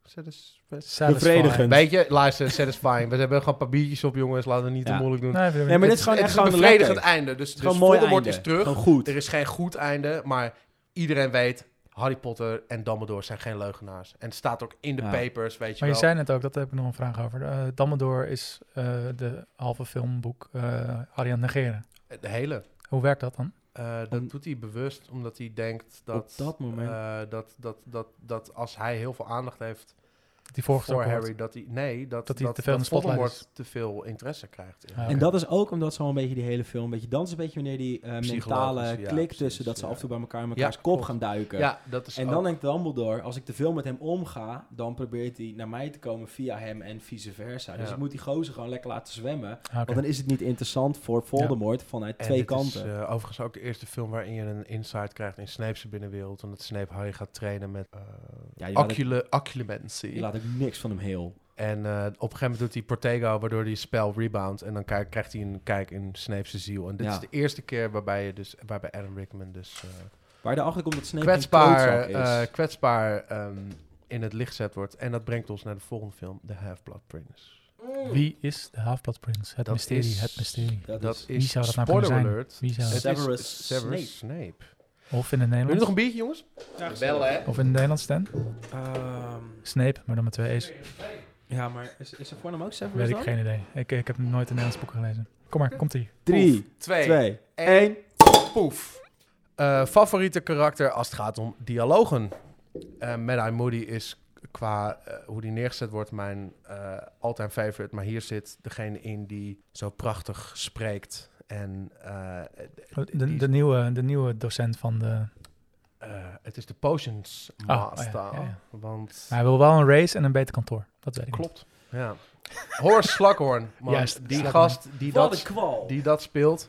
Satis- Bevredigend. Weet je, luister, satisfying. We hebben gewoon een paar biertjes op, jongens. Laten we niet Ja. te moeilijk doen. Nee, vind ik Nee, maar niet. dit is gewoon het echt is een gewoon bevredigend lekker. einde. Dus, Het is dus gewoon een mooi Voldemort einde. is terug. Gewoon goed. Er is geen goed einde, maar iedereen weet... Harry Potter en Dumbledore zijn geen leugenaars. En het staat ook in de Ja. papers, weet je Maar je wel. zei net ook, dat heb ik nog een vraag over. Uh, Dumbledore is uh, de halve filmboek uh, Harry aan het negeren. De hele. Hoe werkt dat dan? Uh, dat Om- doet hij bewust, omdat hij denkt dat... Op dat moment. uh, dat, dat, dat, dat als hij heel veel aandacht heeft Die voor voorgestoken Harry... wordt. Dat hij, nee, dat, Dat hij dat, te veel in dat de spotlight Voldemort is. te veel interesse krijgt. Ah, En oké. dat is ook omdat zo een beetje die hele film... Een beetje, dan is een beetje wanneer die uh, mentale Psychologisch, ja, klik precies, tussen... dat ze ja. af en toe bij elkaar in Ja, elkaars kop klopt. gaan duiken. Ja, dat is En ook- dan denkt Dumbledore, als ik te veel met hem omga... dan probeert hij naar mij te komen via hem en vice versa. Dus Ja. ik moet die gozer gewoon lekker laten zwemmen. Ah, oké. Want dan is het niet interessant voor Voldemort vanuit En twee dit kanten. is uh, overigens ook de eerste film waarin je een insight krijgt in Snape's binnenwereld. Omdat Snape Harry gaat trainen met uh, Ja, die laat, ik, ocule- occlumency. die laat ik niks van hem heel. En uh, op een gegeven moment doet hij Protego, waardoor die spel rebound. En dan krijg- krijgt hij een kijk in Snape's ziel. En dit Ja. is de eerste keer waarbij je dus, waarbij Alan Rickman dus uh, Waar je erachter komt dat Snape kwetsbaar, een klootzak is. uh, kwetsbaar um, in het licht gezet wordt. En dat brengt ons naar de volgende film, The Half-Blood Prince. Wie is de Half-Blood Prince? Het Dat mysterie, is- het mysterie. dat, Dat is... is, Wie zou dat nou kunnen spoiler zijn? alert. Wie zou Het dat? is Severus Severus Snape. Of in het Wil je Nederlands? nog een biertje, jongens? Bellen, hè? Of in het Nederlands, Stan? Ehm, Snape, maar dan met twee E's. ja, maar is, is er voor hem ook Severus Weet ik dan? geen idee. Ik, ik heb nooit een Nederlands boek gelezen. Kom maar, komt-ie. Drie, Twee, twee, één. één. Poef. Uh, favoriete karakter als het gaat om dialogen. Uh, Mad-Eye Moody is qua uh, hoe die neergezet wordt mijn uh, all-time favorite. Maar hier zit degene in die zo prachtig spreekt. En uh, De, die- de, nieuwe, de nieuwe docent van de... uh, het is de Potions Oh, oh Master. ja, ja, ja. Want Maar hij wil wel een race en een beter kantoor. Dat weet ik. klopt. Ja. Horace Slughorn. Man, Juist, die Slughorn. gast die Wat een dat, kwal. die dat speelt.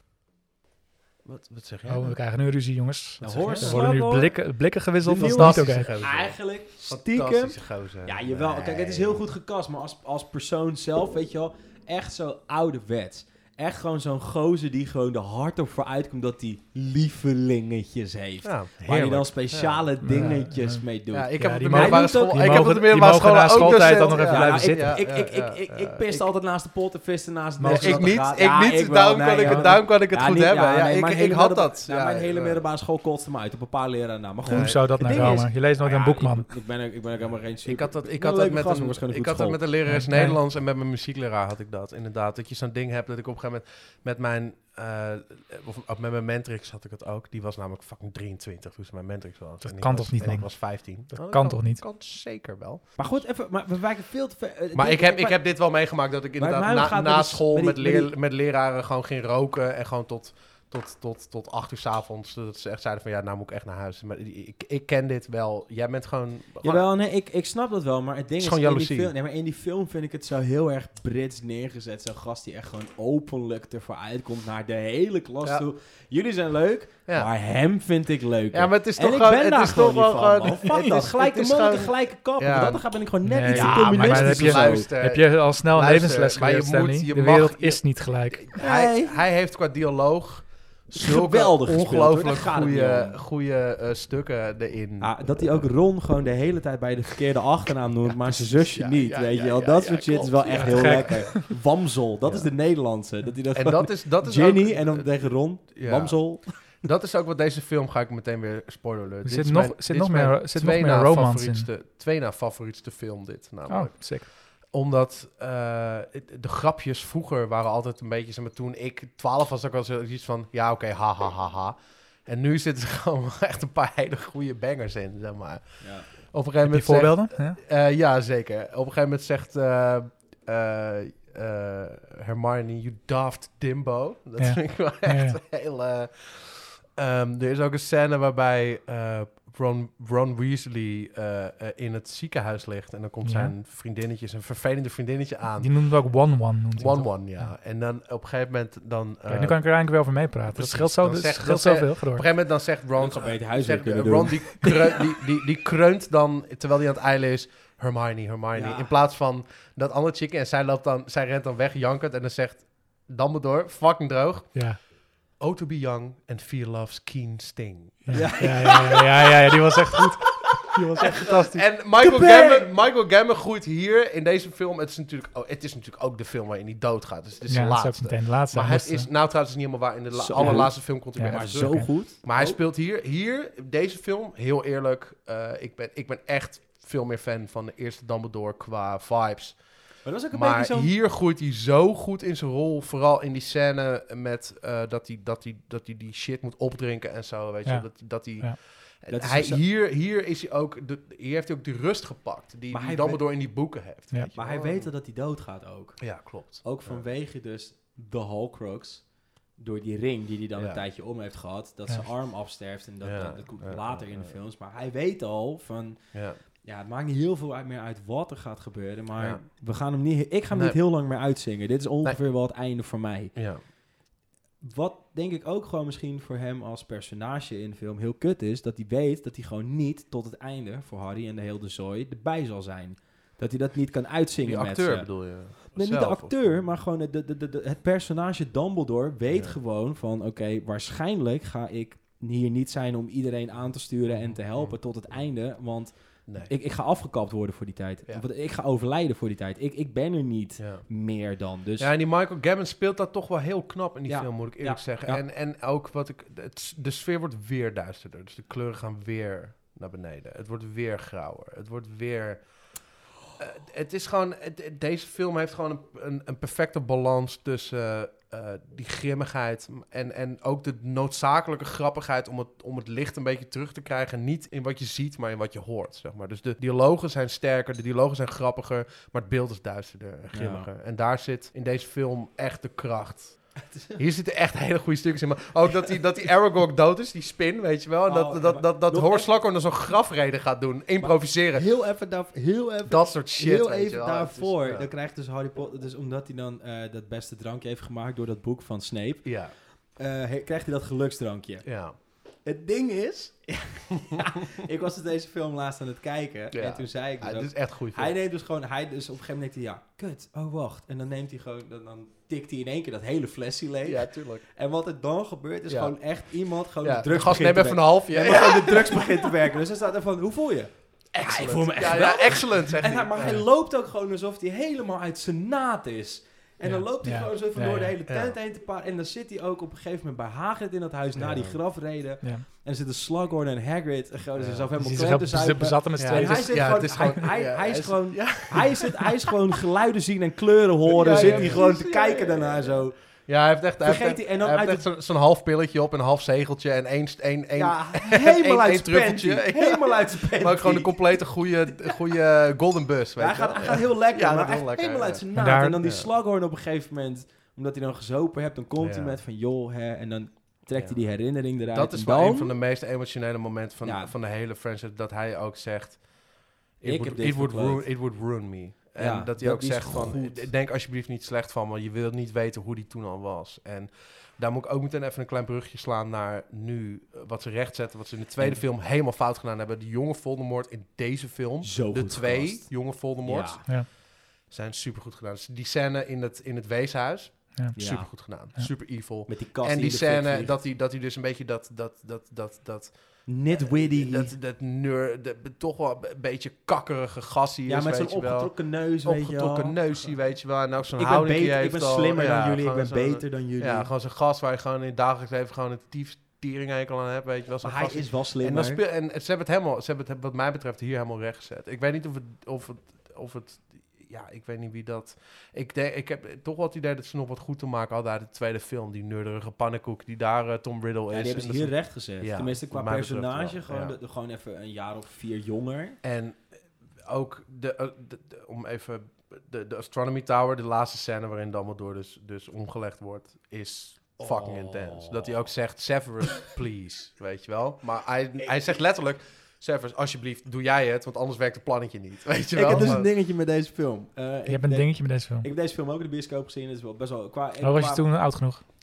Wat, wat zeg jij? niet. Oh, we krijgen nu ruzie, jongens. Nou, Er Horace worden nu Slughorn. blikken, blikken gewisseld. De Dat is nieuwe- niet oké. Fantastische gozer. Eigenlijk, stiekem... Fantastische gozer. Ja, jawel. Kijk, het is heel goed gecast, maar als, als persoon zelf, weet je wel, echt zo ouderwets. Echt gewoon zo'n gozer die gewoon de hard op vooruit komt dat hij lievelingetjes heeft. Ja, Waar hij heerlijk. dan speciale Ja. dingetjes Ja. mee doet. Ja, ik Ja, heb op die de mogen- middelbare Hij doet ook- school, die ik heb op mogen- de middelbare die school mogen na ook schooltijd docent. dan nog even Ja, blijven nou, zitten. Ik, ik, Ja, ik, ja, ik, ik, ja, ik ja. pist Ik- altijd naast de pot te vissen naast Maar het Ik niet, gaat. ik Ja, niet. ik wel. Daarom kan Nee, ik ja. het, daarom kan ik het Ja, goed niet- hebben. ja, Ja, nee, ik, mijn ik hele had middelba- dat. Ja, Ja, mijn hele ja. middelbare school kotste me uit op een paar leraren na. Maar goed, Hoe zou dat het nou ding komen? is- Je leest nooit Nou een ja, boek, man. Ik, ik ben, ook- ik ben ook helemaal geen super... Ik had dat, ik ben had een dat leuke met gast, maar een, waarschijnlijk ik goed had dat met een lerares Ja, nee. Nederlands en met mijn muziekleraar had ik dat inderdaad. Dat je zo'n ding hebt dat ik op een gegeven moment met mijn, uh, of, of met mijn mentrix had ik het ook. Die was namelijk fucking drieëntwintig toen ze mijn mentrix was. Dat En ik kan was- toch niet, En ik man? was vijftien. Dat Nou, kan toch niet? Kan zeker wel. Maar goed, even, maar we wijken veel te ver. eh, Maar dit- ik heb, ik maar- heb dit wel meegemaakt dat ik Maar inderdaad mij na, gaat na met die- school met met, die- met leer, die- met leraren gewoon ging roken en gewoon tot, tot, tot, tot acht uur 's avonds. Dat ze echt zeiden van ja, nou moet ik echt naar huis. Maar ik, ik ken dit wel. Jij bent gewoon... Jawel, nee, ik, ik snap dat wel, maar het ding Het is, is gewoon in die, jaloezie. film, nee, maar in die film vind ik het zo heel erg Brits neergezet. Zo'n gast die echt gewoon openlijk ervoor uitkomt naar de hele klas Ja. toe. Jullie zijn leuk, Ja. maar hem vind ik leuker. Ja, maar het is en toch ik gewoon... ben het daar is gewoon toch niet wel van, gewoon... man. Fuck het dat, is- gelijke het is mannen, gewoon- gelijke kappen. Ja. Dat ben ik gewoon net Nee, iets te ja, maar communistisch heb je- of zo. luister, Heb je al snel een Luister, levensles maar je geleerd, Stanley? moet- je De mag- wereld je- is niet gelijk. Hij, Nee. hij heeft qua dialoog zulke Geweldig gespeeld, hoor. ongelooflijk Daar gaat het goede, niet om. goede eh, stukken erin. Ah, dat hij ook Ron gewoon de hele tijd bij de verkeerde achternaam noemt, maar zijn zusje Ja, niet, ja, weet ja, je wel. ja, Dat ja, soort shit is klopt. wel echt Ja. heel Gek. lekker. Wamsel, dat Ja. is de Nederlandse. Dat hij dat en gewoon- dat is, dat is Jenny ook, en dan tegen Ron, ja. Wamsel. Dat is ook wat deze film, ga ik meteen weer spoiler alert. Er Dit zit is nog- mijn- zit dit nog is meer- mijn zit nog twee meer na romance favorietste- Twee na favorietste film dit, Oh, namelijk. sick. Omdat uh, de grapjes vroeger waren altijd een beetje, zeg maar, toen ik twaalf was, ook al zoiets van, ja oké, okay, ha ha ha ha. En nu zitten er gewoon echt een paar hele goede bangers in, zeg maar. Ja. Op een gegeven Heb je moment voorbeelden? Ja? Zegt, uh, ja, zeker. Op een gegeven moment zegt uh, uh, uh, Hermione, you daft dimbo. Dat Ja. vind ik wel echt Ja, heel... Uh, um, er is ook een scène waarbij uh, Ron, Ron Weasley uh, uh, in het ziekenhuis ligt. En dan komt Ja. zijn vriendinnetje, zijn vervelende vriendinnetje aan. Die noemt het ook One-One. noemt hij het One ook. One, ja. Ja. En dan op een gegeven moment dan... Uh, Kijk, nu kan ik er eigenlijk weer over meepraten. Dat precies. scheelt, zo, Dan dat zegt- scheelt dan zoveel. Op Door. een gegeven moment dan zegt Ron... Dat zou beter huiswerk zegt, kunnen uh, Ron doen. die, kreu- die, die, die kreunt dan, terwijl hij aan het eilen is... Hermione, Hermione. Ja. In plaats van dat andere chickie. En zij, loopt dan, zij rent dan weg, jankend. En dan zegt Dumbledore, fucking droog... Ja. Oh, to be young and fear love's keen sting. Ja. Ja. Ja, ja, ja, ja, ja, die was echt goed. Die was echt fantastisch. En Michael Gambon, Michael Gambon groeit hier in deze film. Het is natuurlijk, oh, het is natuurlijk ook de film waarin hij doodgaat. Dus het is ja, de dat is laatste. ook meteen de laatste. Maar het is, nou trouwens niet helemaal waar. In de la- Zo allerlaatste film komt hij Ja, weer Maar even zo terug. goed. Maar hij Oh. speelt hier, hier, deze film, heel eerlijk. Uh, ik, ben, ik ben echt veel meer fan van de eerste Dumbledore qua vibes. Maar dat is ook een Maar beetje zo'n... hier groeit hij zo goed in zijn rol. Vooral in die scène met uh, dat hij dat hij dat hij die shit moet opdrinken en zo. Weet Ja. je, dat, dat hij... Ja. Dat is hij, zo- hier, hier, is hij ook de, hier heeft hij ook die rust gepakt die, Maar die hij Dumbledore in die boeken heeft. Ja. weet je Maar wel. hij weet dat hij doodgaat ook. Ja, klopt. Ook Ja. vanwege dus de Horcrux. Door die ring die hij dan Ja. een tijdje om heeft gehad. Dat Ja. zijn arm afsterft. En dat, Ja. dat, dat komt Ja. later in de Ja. films. Maar hij weet al van... Ja. Ja, het maakt niet heel veel uit meer uit wat er gaat gebeuren. Maar Ja. we gaan hem niet, ik ga hem Nee. niet heel lang meer uitzingen. Dit is ongeveer wel het einde voor mij. Ja. Wat denk ik ook gewoon misschien voor hem als personage in de film heel kut is... dat hij weet dat hij gewoon niet tot het einde voor Harry en de hele zooi erbij zal zijn. Dat hij dat niet kan uitzingen Die met acteur ze. bedoel je? Nee, niet de Zelf, of- acteur, maar gewoon het, de, de, de, de- het personage Dumbledore weet Ja. gewoon van... oké, waarschijnlijk ga ik hier niet zijn om iedereen aan te sturen en te helpen tot het einde... want Nee. ik, ik ga afgekapt worden voor die tijd. Ja. Want ik ga overlijden voor die tijd. Ik, ik ben er niet Ja. meer dan. Dus Ja, en die Michael Gambon speelt dat toch wel heel knap in die Ja. film, moet ik eerlijk Ja. zeggen. Ja. En, en ook wat ik... Het, de sfeer wordt weer duisterder. Dus de kleuren gaan weer naar beneden. Het wordt weer grauwer. Het wordt weer... Uh, het is gewoon... Het, deze film heeft gewoon een, een, een perfecte balans tussen... Uh, die grimmigheid en, en ook de noodzakelijke grappigheid om het, om het licht een beetje terug te krijgen. Niet in wat je ziet, maar in wat je hoort, zeg maar. Dus de dialogen zijn sterker, de dialogen zijn grappiger, maar het beeld is duisterder en grimmiger. En daar zit in deze film echt de kracht. Hier zitten echt hele goede stukjes in. Maar ook dat die, dat die Aragog dood is, die spin, weet je wel. En Oh, dat, dat, dat, dat nog Horace even- Slughorn dan zo'n grafrede gaat doen, improviseren. heel even, daar, heel even, Dat soort shit, heel weet je even wel. daarvoor. Het is, ja. Dan krijgt dus Harry Potter... Dus omdat hij dan eh, dat beste drankje heeft gemaakt door dat boek van Snape... Ja, eh, he- krijgt hij dat geluksdrankje. ja. Het ding is... ja, ik was dus deze film laatst aan het kijken. Ja. En toen zei ik dus Ja, ook- dit is echt goed. Hij neemt dus gewoon, hij dus op een gegeven moment denkt hij, ja, kut, oh wacht. En dan neemt hij gewoon, dan, dan tikt hij in één keer dat hele flesje leeg. Ja, tuurlijk. En wat er dan gebeurt, is Ja. gewoon echt iemand gewoon Ja, de de drugs gast begint neemt te even een halfje. werken. Ja, maar gewoon de drugs begint te werken. Dus hij staat er van, hoe voel je? Excellent. Ja, ik voel me echt ja, ja, geweldig. excellent, zegt En hij. hij, maar hij Ja. loopt ook gewoon alsof hij helemaal uit zijn naad is. En Ja. dan loopt hij Ja. gewoon zo even Ja, door de ja. hele tent Ja. heen te paar. En dan zit hij ook op een gegeven moment bij Hagrid in dat huis na Ja. die grafreden. Ja. En er zitten Slughorn en Hagrid. En gewoon Ja. zichzelf Dus helemaal die klem te zich zuipen. bezatten met z'n Ja, En tweeën. hij is- zit ja, gewoon, het is hij, gewoon- hij, ja, hij is hij is- gewoon, ja. hij is het, hij is gewoon geluiden zien en kleuren horen. Ja, zit ja, hij gewoon te precies, ja, kijken ja, ja. daarna zo. Ja, hij heeft echt, hij Vergeet heeft hij- echt, en dan hij heeft uit echt zo'n zo'n half pilletje op, een half zegeltje en één... één, één Ja, één- helemaal uit één zijn panty. truffeltje. Helemaal uit zijn panty. maar ook gewoon een complete goede, goede golden bus, weet hij je gaat, wel. hij gaat heel lekker, Ja, maar dat is echt heel lekker, helemaal ja. uit zijn En naad. daar- En dan die ja. Slughorn op een gegeven moment, omdat hij dan gezopen hebt, dan komt Ja. hij met van joh, hè, en dan trekt Ja. hij die herinnering eruit. Dat is en wel dan, een van de meest emotionele momenten van, Ja. van de hele franchise, dat hij ook zegt... It, Ik would, heb dit it, would verkloot. ruin, it would ruin me. En Ja, dat hij dat ook is zegt van, goed. denk alsjeblieft niet slecht van me, je wilt niet weten hoe die toen al was. En daar moet ik ook meteen even een klein brugje slaan naar nu, eh, wat ze rechtzetten, wat ze in de tweede En- film helemaal fout gedaan hebben. De jonge Voldemort in deze film, Zo de goed twee gecast. jonge Voldemorts, Ja. Ja. zijn supergoed gedaan. Dus die scène in het, in het weeshuis, Ja. Ja. supergoed gedaan. Ja. Super evil. Met die kast En die in de fik scène, vliegt. dat hij, dat hij dus een beetje dat, dat, dat, dat, dat Nitwitty. dat, dat neur, de, toch wel een beetje kakkerige gassie ja, is, met weet zo'n je wel. opgetrokken neus, weet je Opgetrokken wel. neusie, weet je wel. En ook zo'n Ik ben, houding beter, ik heeft ben al- slimmer ja, dan jullie, ik gewoon ben zo'n- beter dan jullie. Ja, gewoon zo'n gast waar je gewoon in het dagelijks leven gewoon een tief teringhekel aan hebt, weet je wel. Zo'n maar hij gast- is wel en, slimmer. dan speel, en ze hebben het helemaal, ze hebben het wat mij betreft hier helemaal recht gezet. Ik weet niet of het, of het, of het ja, ik weet niet wie dat... Ik, denk, ik heb toch wel het idee dat ze nog wat goed te maken hadden uit de tweede film. Die nerderige pannenkoek die daar uh, Tom Riddle Ja, is. die hebben En ze dat hier is- recht gezet. Ja, Tenminste, qua wat mij betreft personage. wel, Gewoon, ja. de, de- gewoon even een jaar of vier jonger. En ook, de, uh, de, de- om even... De, de Astronomy Tower, de laatste scène waarin Dumbledore dus, dus omgelegd wordt, is fucking Oh. intens. Dat hij ook zegt, Severus, please, weet je wel. Maar hij, hij zegt letterlijk, Severus, alsjeblieft, doe jij het, want anders werkt het plannetje niet, weet je Ik wel. heb dus Maar- een dingetje met deze film. Uh, Je hebt een dingetje met deze film. Ik heb deze film ook in de bioscoop gezien. Dat is wel best wel... Qua, Oh, was je qua- toen oud genoeg?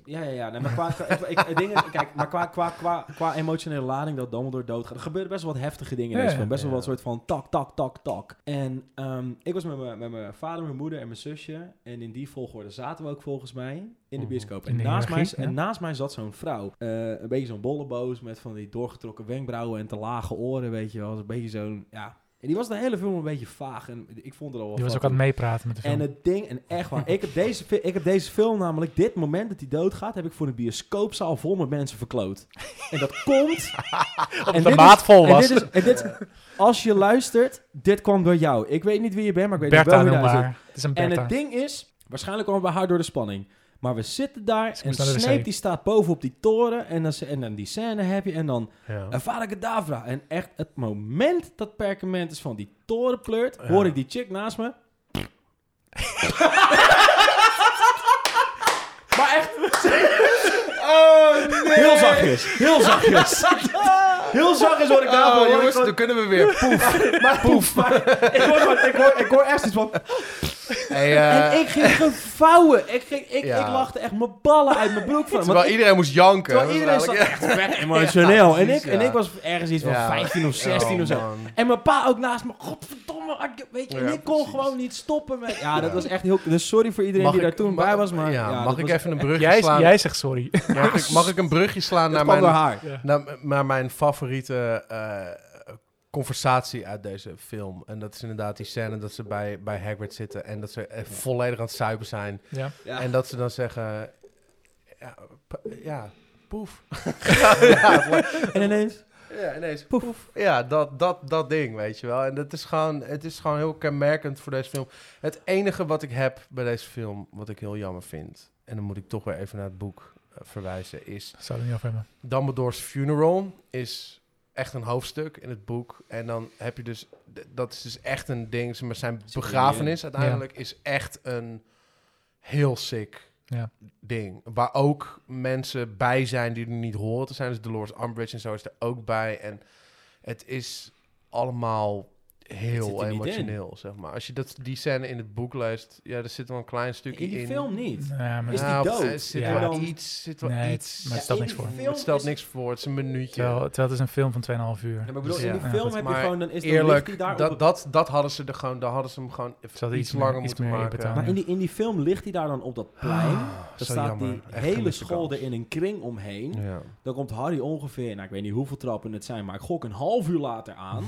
Ja, ja, ja. Nee, maar qua, qua, ik, ik, ik, dingen, kijk, maar qua, qua, qua, qua emotionele lading dat Dumbledore doodgaat, er gebeuren best wel wat heftige dingen in Ja, deze film. Best ja. wel wat soort van tak, tak, tak, tak. En um, ik was met mijn, met mijn vader, mijn moeder en mijn zusje. En in die volgorde zaten we ook volgens mij in de bioscoop. In En, de naast mij, hiërarchie, ja. en naast mij zat zo'n vrouw. Uh, een beetje zo'n bolleboos met van die doorgetrokken wenkbrauwen en te lage oren, weet je wel. Een beetje zo'n, ja... En die was de hele film een beetje vaag. En ik vond het al wel Die was ook fucking- aan het meepraten met de film. en het ding, en echt waar, ik heb, deze, fi- ik heb deze film namelijk, dit moment dat hij doodgaat, heb ik voor een bioscoopzaal vol met mensen verkloot. En dat komt... Omdat en de dit maat is- vol en was. dit is, en dit, als je luistert, dit kwam door jou. Ik weet niet wie je bent, maar ik weet Bertha wel wie noemen je we bent. haar. Het is een En Bertha. het ding is, waarschijnlijk kwam het bij haar door de spanning. Maar we zitten daar Ze en moest naar de wc. Snape die staat boven op die toren en dan, en dan die scène heb je en dan Ja. Avada Kedavra. En echt het moment dat Perkament is van die toren pleurt, Ja. hoor ik die chick naast me. Maar echt... Oh, nee. Heel zachtjes. Heel zachtjes. Heel zachtjes hoor ik daar. Oh, jongens, dan kunnen we weer. Poef. Maar poef. Maar ik hoor gewoon, ik hoor, ik hoor echt iets van... Hey, uh, En ik ging gevouwen. Ik, ging, ik, Ja. ik lachte echt mijn ballen uit mijn broek van. terwijl Want ik- iedereen moest janken. terwijl Dat iedereen was zat eigenlijk- echt vet emotioneel. en, ik, precies, en ja. ik was ergens iets van Ja. vijftien of zestien Oh, of zo. man. En mijn pa ook naast me. Godverdomme. ik- Weet je, en Ja, ik kon precies. gewoon niet stoppen met... Ja, dat Ja. was echt heel... Dus sorry voor iedereen Mag die ik- daar toen mag- bij was. Maar ja, ja, mag dat ik was- even een brugje Jij, slaan? jij zegt sorry. Mag ik, mag ik een brugje slaan Dat naar kwam door mijn, haar. Ja. naar, naar mijn favoriete eh, conversatie uit deze film? En dat is inderdaad die scène dat ze bij, bij Hagrid zitten en dat ze eh, volledig aan het zuipen zijn. Ja. Ja. En dat ze dan zeggen... Ja, p- ja poef. ja, het- En ineens... ja, ineens poef. Ja, dat, dat, dat ding, weet je wel. En dat is gewoon, het is gewoon heel kenmerkend voor deze film. Het enige wat ik heb bij deze film, wat ik heel jammer vind... en dan moet ik toch weer even naar het boek uh, verwijzen... is Zou er niet over hebben. Dumbledore's Funeral is echt een hoofdstuk in het boek. En dan heb je dus... d- dat is dus echt een ding. zeg Maar zijn Zit er begrafenis in. uiteindelijk is echt een heel sick... Ja. ding. Waar ook mensen bij zijn die er niet horen te zijn. Dus Dolores Umbridge en zo is er ook bij. En het is allemaal Het heel zit er niet emotioneel, zeg maar. Als je dat, die scène in het boek leest, ja, er zit wel een klein stukje In in. die film niet. Ja, maar Is die Nou, dood? Er zit Ja. wel Dan- iets, zit wel Nee, iets. maar het Ja, stelt in niks die voor. film Het stelt is- niks voor. Het is een minuutje. Terwijl, terwijl het is een film van twee en een half uur. Ja, maar ik bedoel, Dus in ja. die Ja, film goed. heb je Maar gewoon... Dan is dan ligt Eerlijk, hij daar op dat, het- dat, dat hadden ze er gewoon, daar hadden ze hem gewoon Ze hadden iets iets meer- langer iets moeten meer maken. betaald. Maar in die, in die film ligt hij daar dan op dat plein. Ah, Er zo staat jammer. die Echt hele gemiste school kans. er in een kring omheen. Ja. Dan komt Harry ongeveer, nou ik weet niet hoeveel trappen het zijn, maar ik gok een half uur later aan.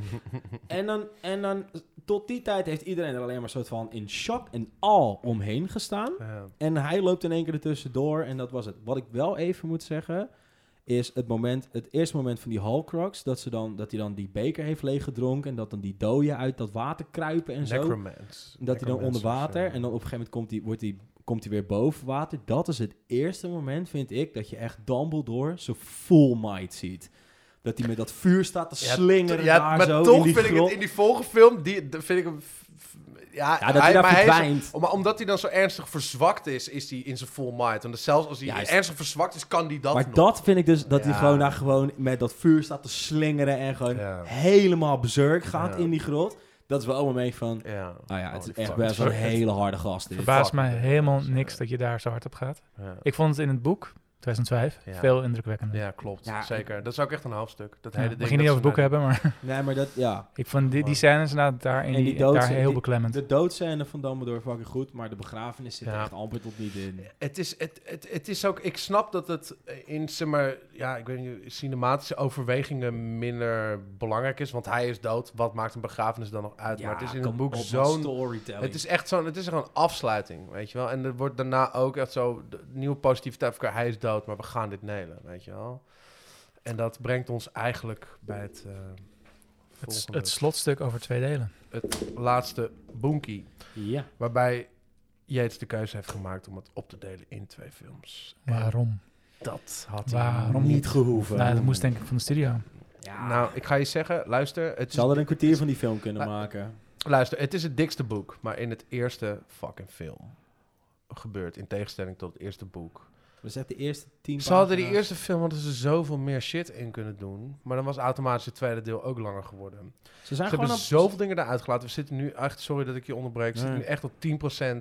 en, dan, en dan, tot die tijd heeft iedereen er alleen maar een soort van in shock en al omheen gestaan. Ja. En hij loopt in één keer ertussendoor en dat was het. Wat ik wel even moet zeggen, is het moment, het eerste moment van die Horcrux, dat, ze dan, dat hij dan die beker heeft leeggedronken en dat dan die doden uit dat water kruipen en zo. Necromance. Dat hij dan onder water Necromancers, en dan op een gegeven moment komt hij, wordt hij, komt hij weer boven water. Dat is het eerste moment, vind ik, dat je echt Dumbledore zo full might ziet. Dat hij met dat vuur staat te Ja, slingeren ja, daar maar zo toch in die vind ik grot. het in die volgende film, die, dat vind ik hem... f- f- Ja, Ja, dat hij daar maar is- verdwijnt. maar omdat hij dan zo ernstig verzwakt is, is hij in zijn full might. Want zelfs als hij Juist. ernstig verzwakt is, kan hij dat Maar nog. dat vind ik dus, dat hij Ja. gewoon daar gewoon met dat vuur staat te slingeren en gewoon Ja. helemaal berserk gaat Ja. in die grot. Dat is wel een moment van, Ja. nou ja, het is Holy echt fuck. best wel een Het- hele harde gast. Dit. Verbaast fucking mij vet. helemaal Ja. niks dat je daar zo hard op gaat. Ja. Ik vond het in het boek, tweeduizend vijf, Ja. veel indrukwekkender. Ja, klopt. Ja, Zeker. Dat is ook echt een hoofdstuk. Dat Ja, hele we ding. gaan niet dat over ze boeken naar- hebben, maar Nee, maar dat, ja. ik vond die, die scènes inderdaad daar, in En die, die dood- daar heel die- beklemmend. De doodscène van Dumbledore fucking goed, maar de begrafenis zit er Ja. echt amper tot niet in. Het is, het, het, het is ook... Ik snap dat het in, zeg maar... Ja, ik weet niet, cinematische overwegingen minder belangrijk is. Want hij is dood. Wat maakt een begrafenis dan nog uit? maar het is in het boek zo'n... storytelling. Het is echt zo'n, het is gewoon afsluiting, weet je wel. En er wordt daarna ook echt zo de nieuwe positiviteit. Van, hij is dood, maar we gaan dit nelen, weet je wel. En dat brengt ons eigenlijk bij het, uh, Het, s- volgende, het slotstuk over twee delen. het laatste boenkie. Ja. Waarbij Yates de keuze heeft gemaakt om het op te delen in twee films. En Waarom? dat had hij Waarom niet niet? gehoeven. Nou, dat moest denk ik van de studio. Ja. Nou, ik ga je zeggen, luister. Het Ze hadden er is, een kwartier van die film kunnen Nou, maken. luister, het is het dikste boek. Maar in het eerste fucking film gebeurt, in tegenstelling tot het eerste boek... We zetten de eerste tien Ze hadden die pagina's. eerste film hadden ze zoveel meer shit in kunnen doen. Maar dan was automatisch het tweede deel ook langer geworden. Ze zijn Ze hebben gewoon op... zoveel dingen eruit gelaten. We zitten nu echt, sorry dat ik je onderbreek, we zitten Nee. nu echt op tien procent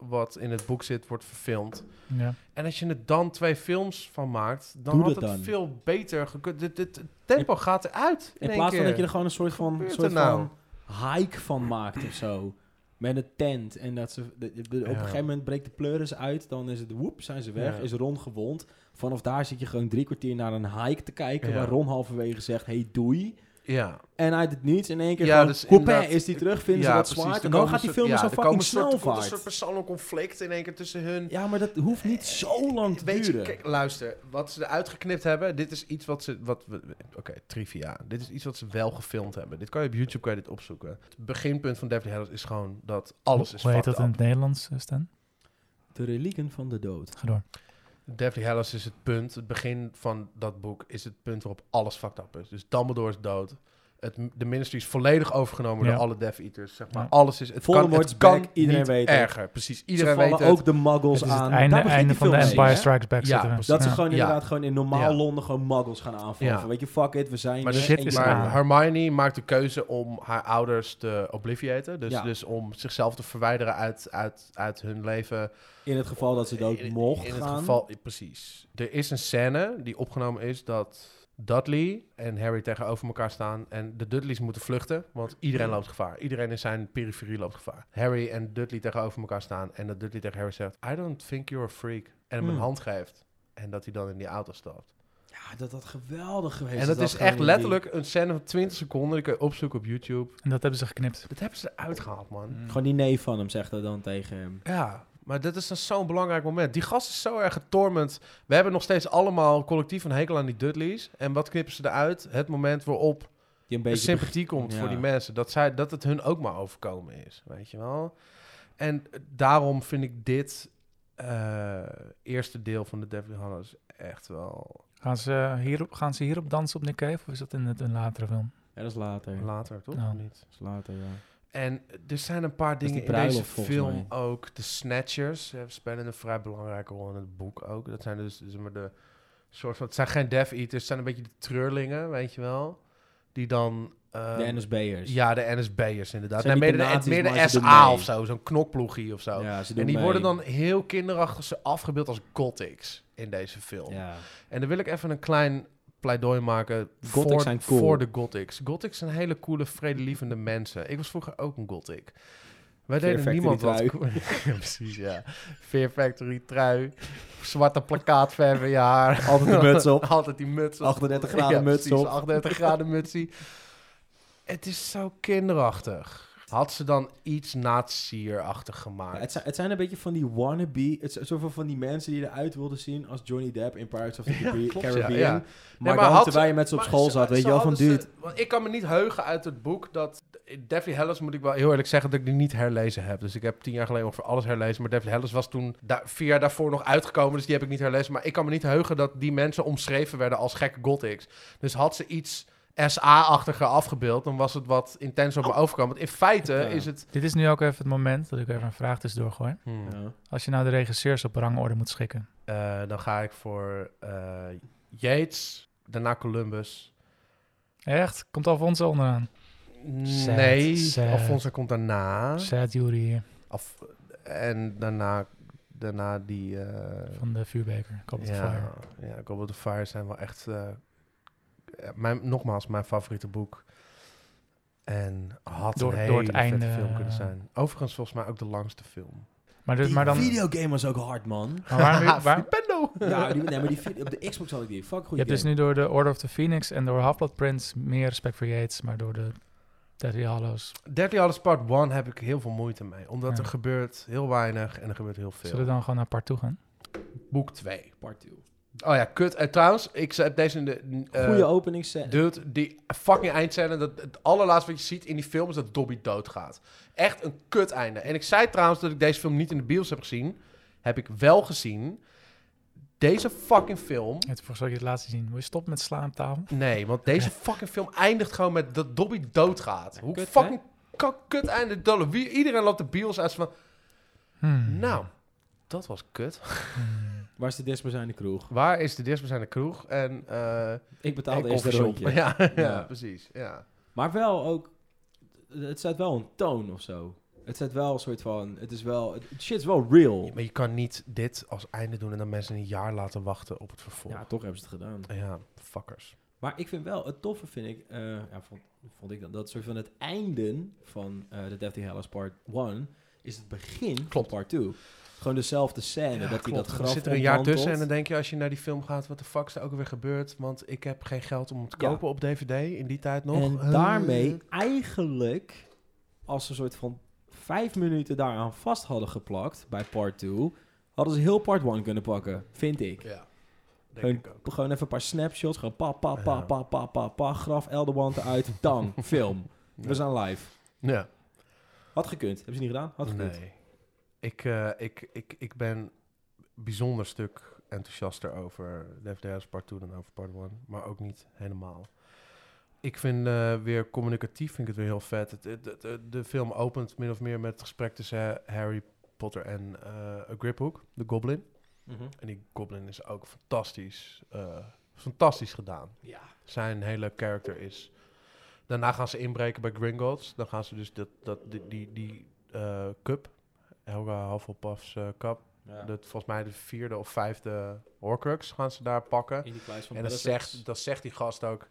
wat in het boek zit, wordt verfilmd. Ja. En als je het dan twee films van maakt, dan Doe had dat het dan. veel beter gekund. Het, het, het tempo gaat eruit. In plaats van dat je er gewoon een soort van, gebeurt soort er nou? van hike van maakt of zo. Met een tent. En dat ze, de, de- op een Ja. gegeven moment breekt de pleuris uit. Dan is het woep, zijn ze weg. Ja. Is Ron gewond. Vanaf daar zit je gewoon drie kwartier naar een hike te kijken. Ja. Waar Ron halverwege zegt, hey doei. Ja. En uit het niets in één keer Ja, gewoon, dus hoepé, inderdaad- is die terug, vinden Ja, ze dat precies. zwaard. Er En dan komen gaat die een film soort- zo ja, er fucking komen een soort- snel er komt een soort vaart. persoonlijk conflict in één keer tussen hun. Ja, maar dat hoeft niet zo lang te Weet je, duren. kijk, luister, wat ze eruit geknipt hebben, dit is iets wat ze, wat we, oké, trivia, dit is iets wat ze wel gefilmd hebben. Dit kan je op YouTube, kan je dit opzoeken. Het beginpunt van Deathly Hallows is gewoon dat alles is Hoe heet dat fucked in up. het Nederlands, uh, Stan? De relieken van de dood. Ga door. Deathly Hallows is het punt, het begin van dat boek is het punt waarop alles fucked up is. Dus Dumbledore is dood. Het, de Ministry is volledig overgenomen Ja. door alle Death Eaters. Zeg maar. Ja. Alles is. Het kan, Voldemort het is kan back, iedereen niet weet het. erger. Precies. Ze Iedereen vallen weet het. ook de muggles Het is aan. het Daar einde, begint einde die van de film mee, Empire hè? Strikes Back Ja, zitten we. precies. Dat ze Ja. gewoon Ja. inderdaad gewoon in normaal Ja. Londen gewoon muggles gaan aanvallen. Ja. Weet je, fuck it, we zijn Maar er. de shit en is klaar. aan. Maar Hermione maakt de keuze om haar ouders te obliviaten. Dus, Ja. dus om zichzelf te verwijderen uit, uit, uit hun leven. In het geval dat ze dood in, mocht in het gaan. geval, precies. Er is een scène die opgenomen is dat Dudley en Harry tegenover elkaar staan. En de Dudleys moeten vluchten, want iedereen loopt gevaar. Iedereen in zijn periferie loopt gevaar. Harry en Dudley tegenover elkaar staan. En dat Dudley tegen Harry zegt, I don't think you're a freak. En hem een Hmm. hand geeft. En dat hij dan in die auto stapt. Ja, dat had geweldig geweest. En dat is gewoon echt in letterlijk een scène van twintig seconden. Die kun je opzoeken op YouTube. En dat hebben ze geknipt. Dat hebben ze eruit gehaald, man. Die, gewoon die neef van hem zegt dat dan tegen hem. Ja, maar dit is dan zo'n belangrijk moment. Die gast is zo erg getormend. We hebben nog steeds allemaal collectief een hekel aan die Dudleys. En wat knippen ze eruit? Het moment waarop Die een er beetje sympathie komt ja. voor die mensen. Dat, zij, dat het hun ook maar overkomen is, weet je wel. En daarom vind ik dit eh, eerste deel van de Deathly Hallows echt wel Gaan ze, hierop, gaan ze hierop dansen op Nick Cave? Of is dat in het, een latere film? Ja, dat is later. Dat later, toch? Ja. Of niet? is later, ja. En er zijn een paar is dingen die in deze bruiloft, volgens film mij. ook. De Snatchers eh, spelen een vrij belangrijke rol in het boek ook. Dat zijn dus, dus maar de soort van... Het zijn geen Death Eaters, het zijn een beetje de treurlingen, weet je wel. Die dan... eh, De N S B'ers. Ja, de N S B'ers inderdaad. Zijn Nee, niet meer de de, nazi's, meer maar de ze doen S A mee. of zo, zo'n knokploegie of zo. Ja, ze doen en die mee. worden dan heel kinderachtig zo afgebeeld als gothics in deze film. Ja. En dan wil ik even een klein pleidooi maken Gothics voor, zijn cool. voor de gothics. Gothics zijn hele coole, vredelievende mensen. Ik was vroeger ook een gothic. Wij Fear deden Factory niemand wat... trui. Ja, precies, ja. Fear Factory trui, zwarte plakkaatverf in je haar. Altijd die muts op. Altijd die muts op. achtendertig graden muts precies, op. achtendertig graden mutsie. Het is zo kinderachtig. Had ze dan iets nazier-achtig gemaakt? Ja, het, zijn, het zijn een beetje van die wannabe... Het zijn zoveel van die mensen die eruit wilden zien als Johnny Depp in Pirates of the Ja, Caribbean. klopt, ja, Caribbean. ja. Maar, Nee, maar dan had terwijl ze- je met ze op maar school ze- zat, weet ze je wel, van hadden dude... ze- want ik kan me niet heugen uit het boek dat... Deathly Hallows moet ik wel heel eerlijk zeggen dat ik die niet herlezen heb. Dus ik heb tien jaar geleden ongeveer alles herlezen. Maar Deathly Hallows was toen da- vier jaar daarvoor nog uitgekomen. Dus die heb ik niet herlezen. Maar ik kan me niet heugen dat die mensen omschreven werden als gekke gothics. Dus had ze iets S A-achtiger afgebeeld, dan was het wat intens op me overkomen. Want in feite Ja. is het... Dit is nu ook even het moment dat ik even een vraag tussendoor gooi. Hmm. Ja. Als je nou de regisseurs op rangorde moet schikken. Eh, dan ga ik voor uh, Yates, daarna Columbus. Echt? Komt Alfonso onderaan? Sad, nee, sad. Alfonso komt daarna. Sad Jury hier, Af, en daarna, daarna die... uh, van de vuurbeker. Goblet of ja, Fire. ja, Goblet of Fire zijn wel echt... Uh, mijn, nogmaals, mijn favoriete boek. En had Door- een door hele het vette einde, film kunnen eh, zijn. Overigens volgens mij ook de langste film. Maar, dus, Die maar dan... videogame was ook hard, man. Maar waarom, waar, Nintendo! Ja, die, nee, maar die video, op de Xbox had ik die. Fuck, je goeie hebt dus game. nu door de Order of the Phoenix en door Half-Blood Prince meer respect voor Yates, maar door de Deathly Hallows. Deathly Hallows Part één heb ik heel veel moeite mee. Omdat Ja. er gebeurt heel weinig en er gebeurt heel veel. Zullen we dan gewoon naar part toe gaan? Boek twee. Part twee. Oh ja, kut. En trouwens, ik heb deze in de... eh, Goeie openingsscène. Dude, die fucking eindscène, dat, het allerlaatste wat je ziet in die film is dat Dobby doodgaat. Echt een kut einde. En ik zei trouwens dat ik deze film niet in de bios heb gezien. Heb ik wel gezien. Deze fucking film... Het voor zal ik het laatste zien. Wil je stoppen met slaan op tafel? Nee, want deze fucking film eindigt gewoon met dat Dobby doodgaat. Hoe kut, fucking kak, kut einde dollar. Wie, iedereen loopt de bios uit van... Hmm. Nou, dat was kut. Hmm. Waar is de dichtstbijzijnde kroeg? Waar is de dichtstbijzijnde kroeg? En... eh Ik betaalde en eerst een coffeeshop. rondje. Ja, ja, Ja. precies. Ja. Maar wel ook... Het staat wel een toon of zo. Het zet wel een soort van... Het is wel... Het shit is wel real. Maar je kan niet dit als einde doen en dan mensen een jaar laten wachten op het vervolg. Ja, toch hebben ze het gedaan. Ja, fuckers. Maar ik vind wel, het toffe vind ik... Uh, ja, vond, vond ik dan, dat soort van het einde van uh, The Deathly Hallows Part één... is het begin Klopt. van Part twee. Gewoon dezelfde scène, Ja, dat hij dat klopt. graf Er zit er een jaar ontmantelt. tussen en dan denk je als je naar die film gaat... wat de fuck is er ook weer gebeurd? Want ik heb geen geld om hem te Ja. kopen op D V D in die tijd nog. En Uh. daarmee eigenlijk, als ze een soort van vijf minuten daaraan vast hadden geplakt bij part twee, hadden ze heel part één kunnen pakken, vind ik. Ja, denk Gewoon, ik ook. gewoon even een paar snapshots, gewoon pa, pa, pa, Ja. pa, pa, pa, pa, graf, Elderwand eruit, dan, film. Ja. We zijn live. Ja. Had gekund. Hebben ze niet gedaan? Had gekund. Nee. Ik, uh, ik, ik, ik ben bijzonder stuk enthousiaster over Deathly Hallows Part twee dan over Part één. Maar ook niet helemaal. Ik vind uh, weer communicatief vind ik het weer heel vet. Het, het, het, het- de film opent min of meer met het gesprek tussen Harry Potter en uh, Griphook, de goblin. Mhm. En die goblin is ook fantastisch, uh, fantastisch gedaan. Ja. Zijn hele character is... Daarna gaan ze inbreken bij Gringotts. Dan gaan ze dus dat, dat, die, die, die uh, cup, Helga Hufflepuff's uh, cup, Ja. dat, volgens mij de vierde of vijfde Horcrux gaan ze daar pakken. In die kluis van En dan Bellatrix. zegt, dan zegt die gast ook...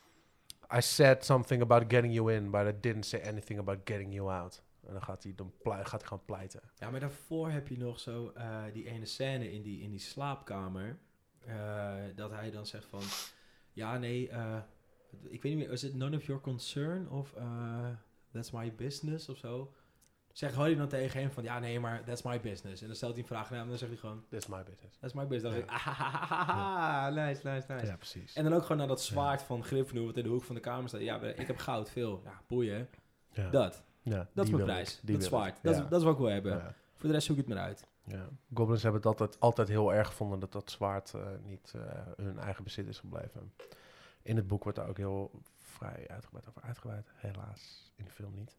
I said something about getting you in, but I didn't say anything about getting you out. En dan gaat hij, dan plei- gaat hij gaan pleiten. Ja, maar daarvoor heb je nog zo eh, die ene scène in die, in die slaapkamer. eh, dat hij dan zegt van... Ja, nee, eh, ik weet niet meer. Is het none of your concern? Of eh, that's my business? Of zo? Zegt Harry dan tegen hem van... Ja, nee, maar that's my business. En dan stelt hij een vraag naar hem. En dan zegt hij gewoon... That's my business. That's my business. Dan Ja. denk ik... Ah, nice, nice, nice. Ja, precies. En dan ook gewoon naar dat zwaard van Gryffindor... wat in de hoek van de kamer staat. Ja, ik heb goud, veel. Ja, boeien. Ja. Dat. Ja, Dat die is mijn wil prijs. ik, die Dat wil zwaard. ik. Dat, Ja. is, dat is wat ik wil hebben. Ja. Voor de rest zoek ik het maar uit. Ja. Goblins hebben het altijd, altijd heel erg gevonden dat dat zwaard uh, niet uh, hun eigen bezit is gebleven. In het boek wordt daar ook heel vrij uitgebreid over uitgebreid. Helaas, in de film niet.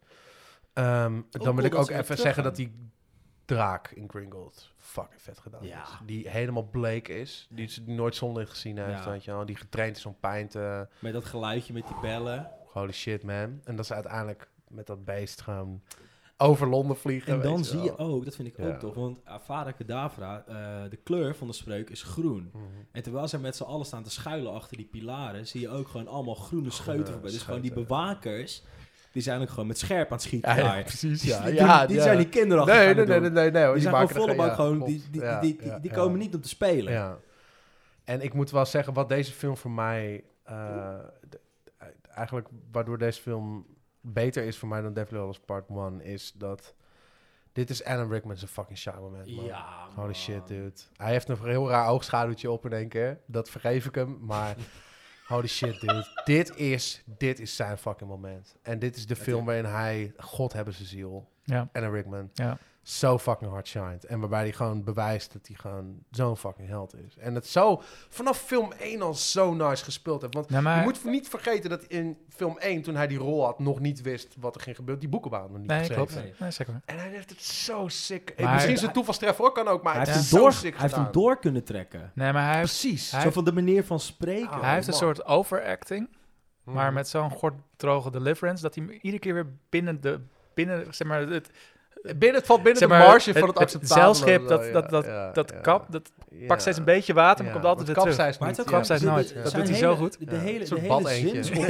Um, dan cool wil ik dat ook ze weer even zeggen teruggaan. dat die draak in Gringotts fucking vet gedaan Ja. is. Die helemaal bleek is. Die ze nooit zonlicht gezien heeft. Ja. Weet je wel. Die getraind is om pijn te... Met dat geluidje met die bellen. Holy shit, man. En dat ze uiteindelijk met dat beest gewoon over Londen vliegen. En dan weet zie wel. je ook, dat vind ik Ja. ook tof, want Avada Kedavra, uh, de kleur van de spreuk is groen. Mhm. En terwijl zij met z'n allen staan te schuilen achter die pilaren, zie je ook gewoon allemaal groene scheuten Groene voorbij. Dus gewoon die scheuten. bewakers, die zijn ook gewoon met scherp aan het schieten Ja, ja, daar. precies. Die, Ja, die, ja, die ja. zijn die kinderachtig Nee, aan nee, het nee, doen. nee, nee, nee. Die zijn maken gewoon er volle geen- bak ja, gewoon, die, klopt. die, Ja, die, die, ja, die ja. komen niet om te spelen. Ja. En ik moet wel zeggen, wat deze film voor mij... Uh, de, eigenlijk waardoor deze film beter is voor mij dan Deathly Hallows Part één... is dat... Dit is Alan Rickman's fucking shine moment, man. Ja, Holy man. shit, dude. Hij heeft een heel raar oogschaduwtje op in één keer. Dat vergeef ik hem, maar... Holy shit, dude. dit, is, dit is zijn fucking moment. En dit is de film waarin hij... God hebben zijn ziel. Ja. Alan Rickman. Ja. Zo fucking hard shined. En waarbij hij gewoon bewijst dat hij gewoon zo'n fucking held is. En het zo vanaf film één al zo nice gespeeld heeft. Want Nee, maar- je moet niet vergeten dat in film één, toen hij die rol had, nog niet wist wat er ging gebeuren. Die boeken waren nog niet Nee, geschreven. klopt. Nee. Nee, zeker. En hij heeft het zo sick. Eh, Maar- Misschien zijn toevalstreffer ook kan ook, maar Hij het heeft, is hem zo door, sick hij heeft hem gedaan. door kunnen trekken. Nee, maar hij heeft, Precies. hij Zo van de manier van spreken. Ah, hij heeft een man. soort overacting, Mhm. maar met zo'n droge deliverance, dat hij hem iedere keer weer binnen de, binnen, zeg maar, het, Binnen, het valt binnen zeg de maar, marge van het, het acceptabele. zeilschip, dat, Ja, dat, dat, ja, dat ja. kap, dat Ja. pakt steeds een beetje water, maar Ja, komt altijd want weer terug. kapseis Maar niet, het is ja. ook Kapseis de- nooit. de- Dat zijn doet hij zo hele- goed. De, Ja, hele, een de soort hele badeentje. zinsop...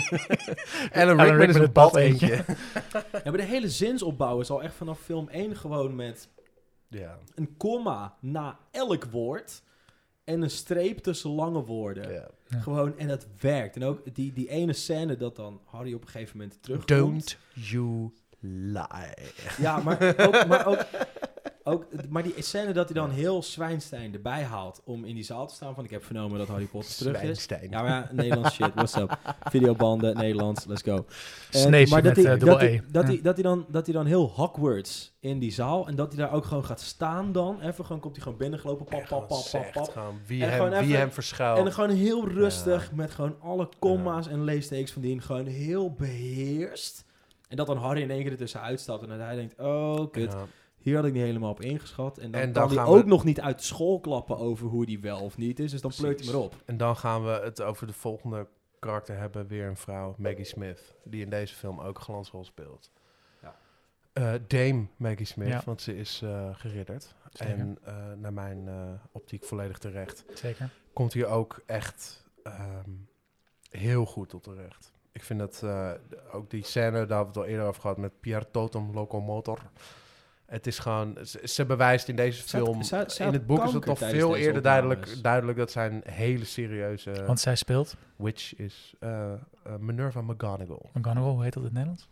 Alan Rickman Rickman is is een een bad badeentje. eentje. Ja, maar de hele zinsopbouw is al echt vanaf film één gewoon met Ja. een komma na elk woord en een streep tussen lange woorden. Ja. Ja. Gewoon, en dat werkt. En ook die, die ene scène dat dan Harry op een gegeven moment terugkomt. Don't you lie. Ja, maar ook, maar ook, ook... Maar die scène dat hij dan heel Zwijnstein erbij haalt om in die zaal te staan van... Ik heb vernomen dat Harry Potter terug is. Zwijnstein. Ja, maar ja, Nederlands shit, what's up? Videobanden, Nederlands, let's go. En- Sneesje maar dat met, hij, eh, dat, dubbel hij, E. dat, Ja. hij, dat, hij dan, dat hij dan heel Hogwarts in die zaal... en dat hij daar ook gewoon gaat staan dan. Even gewoon komt hij gewoon binnengelopen, pap, En pap, gewoon pap, pap, zegt pap. gewoon wie, En hem, gewoon wie even- hem verschuilt. En dan gewoon heel rustig, Ja. met gewoon alle komma's en leestekens van dien, gewoon heel beheerst. En dat dan Harry in één keer ertussen uitstapt en dat hij denkt, oh kut, Ja. hier had ik niet helemaal op ingeschat. En dan En kan dan hij gaan ook we- nog niet uit de school klappen over hoe die wel of niet is, dus dan pleurt hij Precies. maar op. En dan gaan we het over de volgende karakter hebben. Weer een vrouw, Maggie Smith. Die in deze film ook een glansrol speelt. Ja. Uh, Dame Maggie Smith, Ja. want ze is uh, geridderd. Zeker. En uh, naar mijn uh, optiek volledig terecht. Zeker. Komt hier ook echt um, heel goed tot terecht. Ik vind dat uh, ook die scène, daar hebben we het al eerder over gehad, met Pierre Totem Locomotor. Het is gewoon, ze, ze bewijst in deze film, Zij, zij in het boek is het toch veel eerder duidelijk, duidelijk dat zij een hele serieuze... Want zij speelt? Witch is uh, uh, Minerva McGonagall. McGonagall, hoe heet dat in het Nederlands?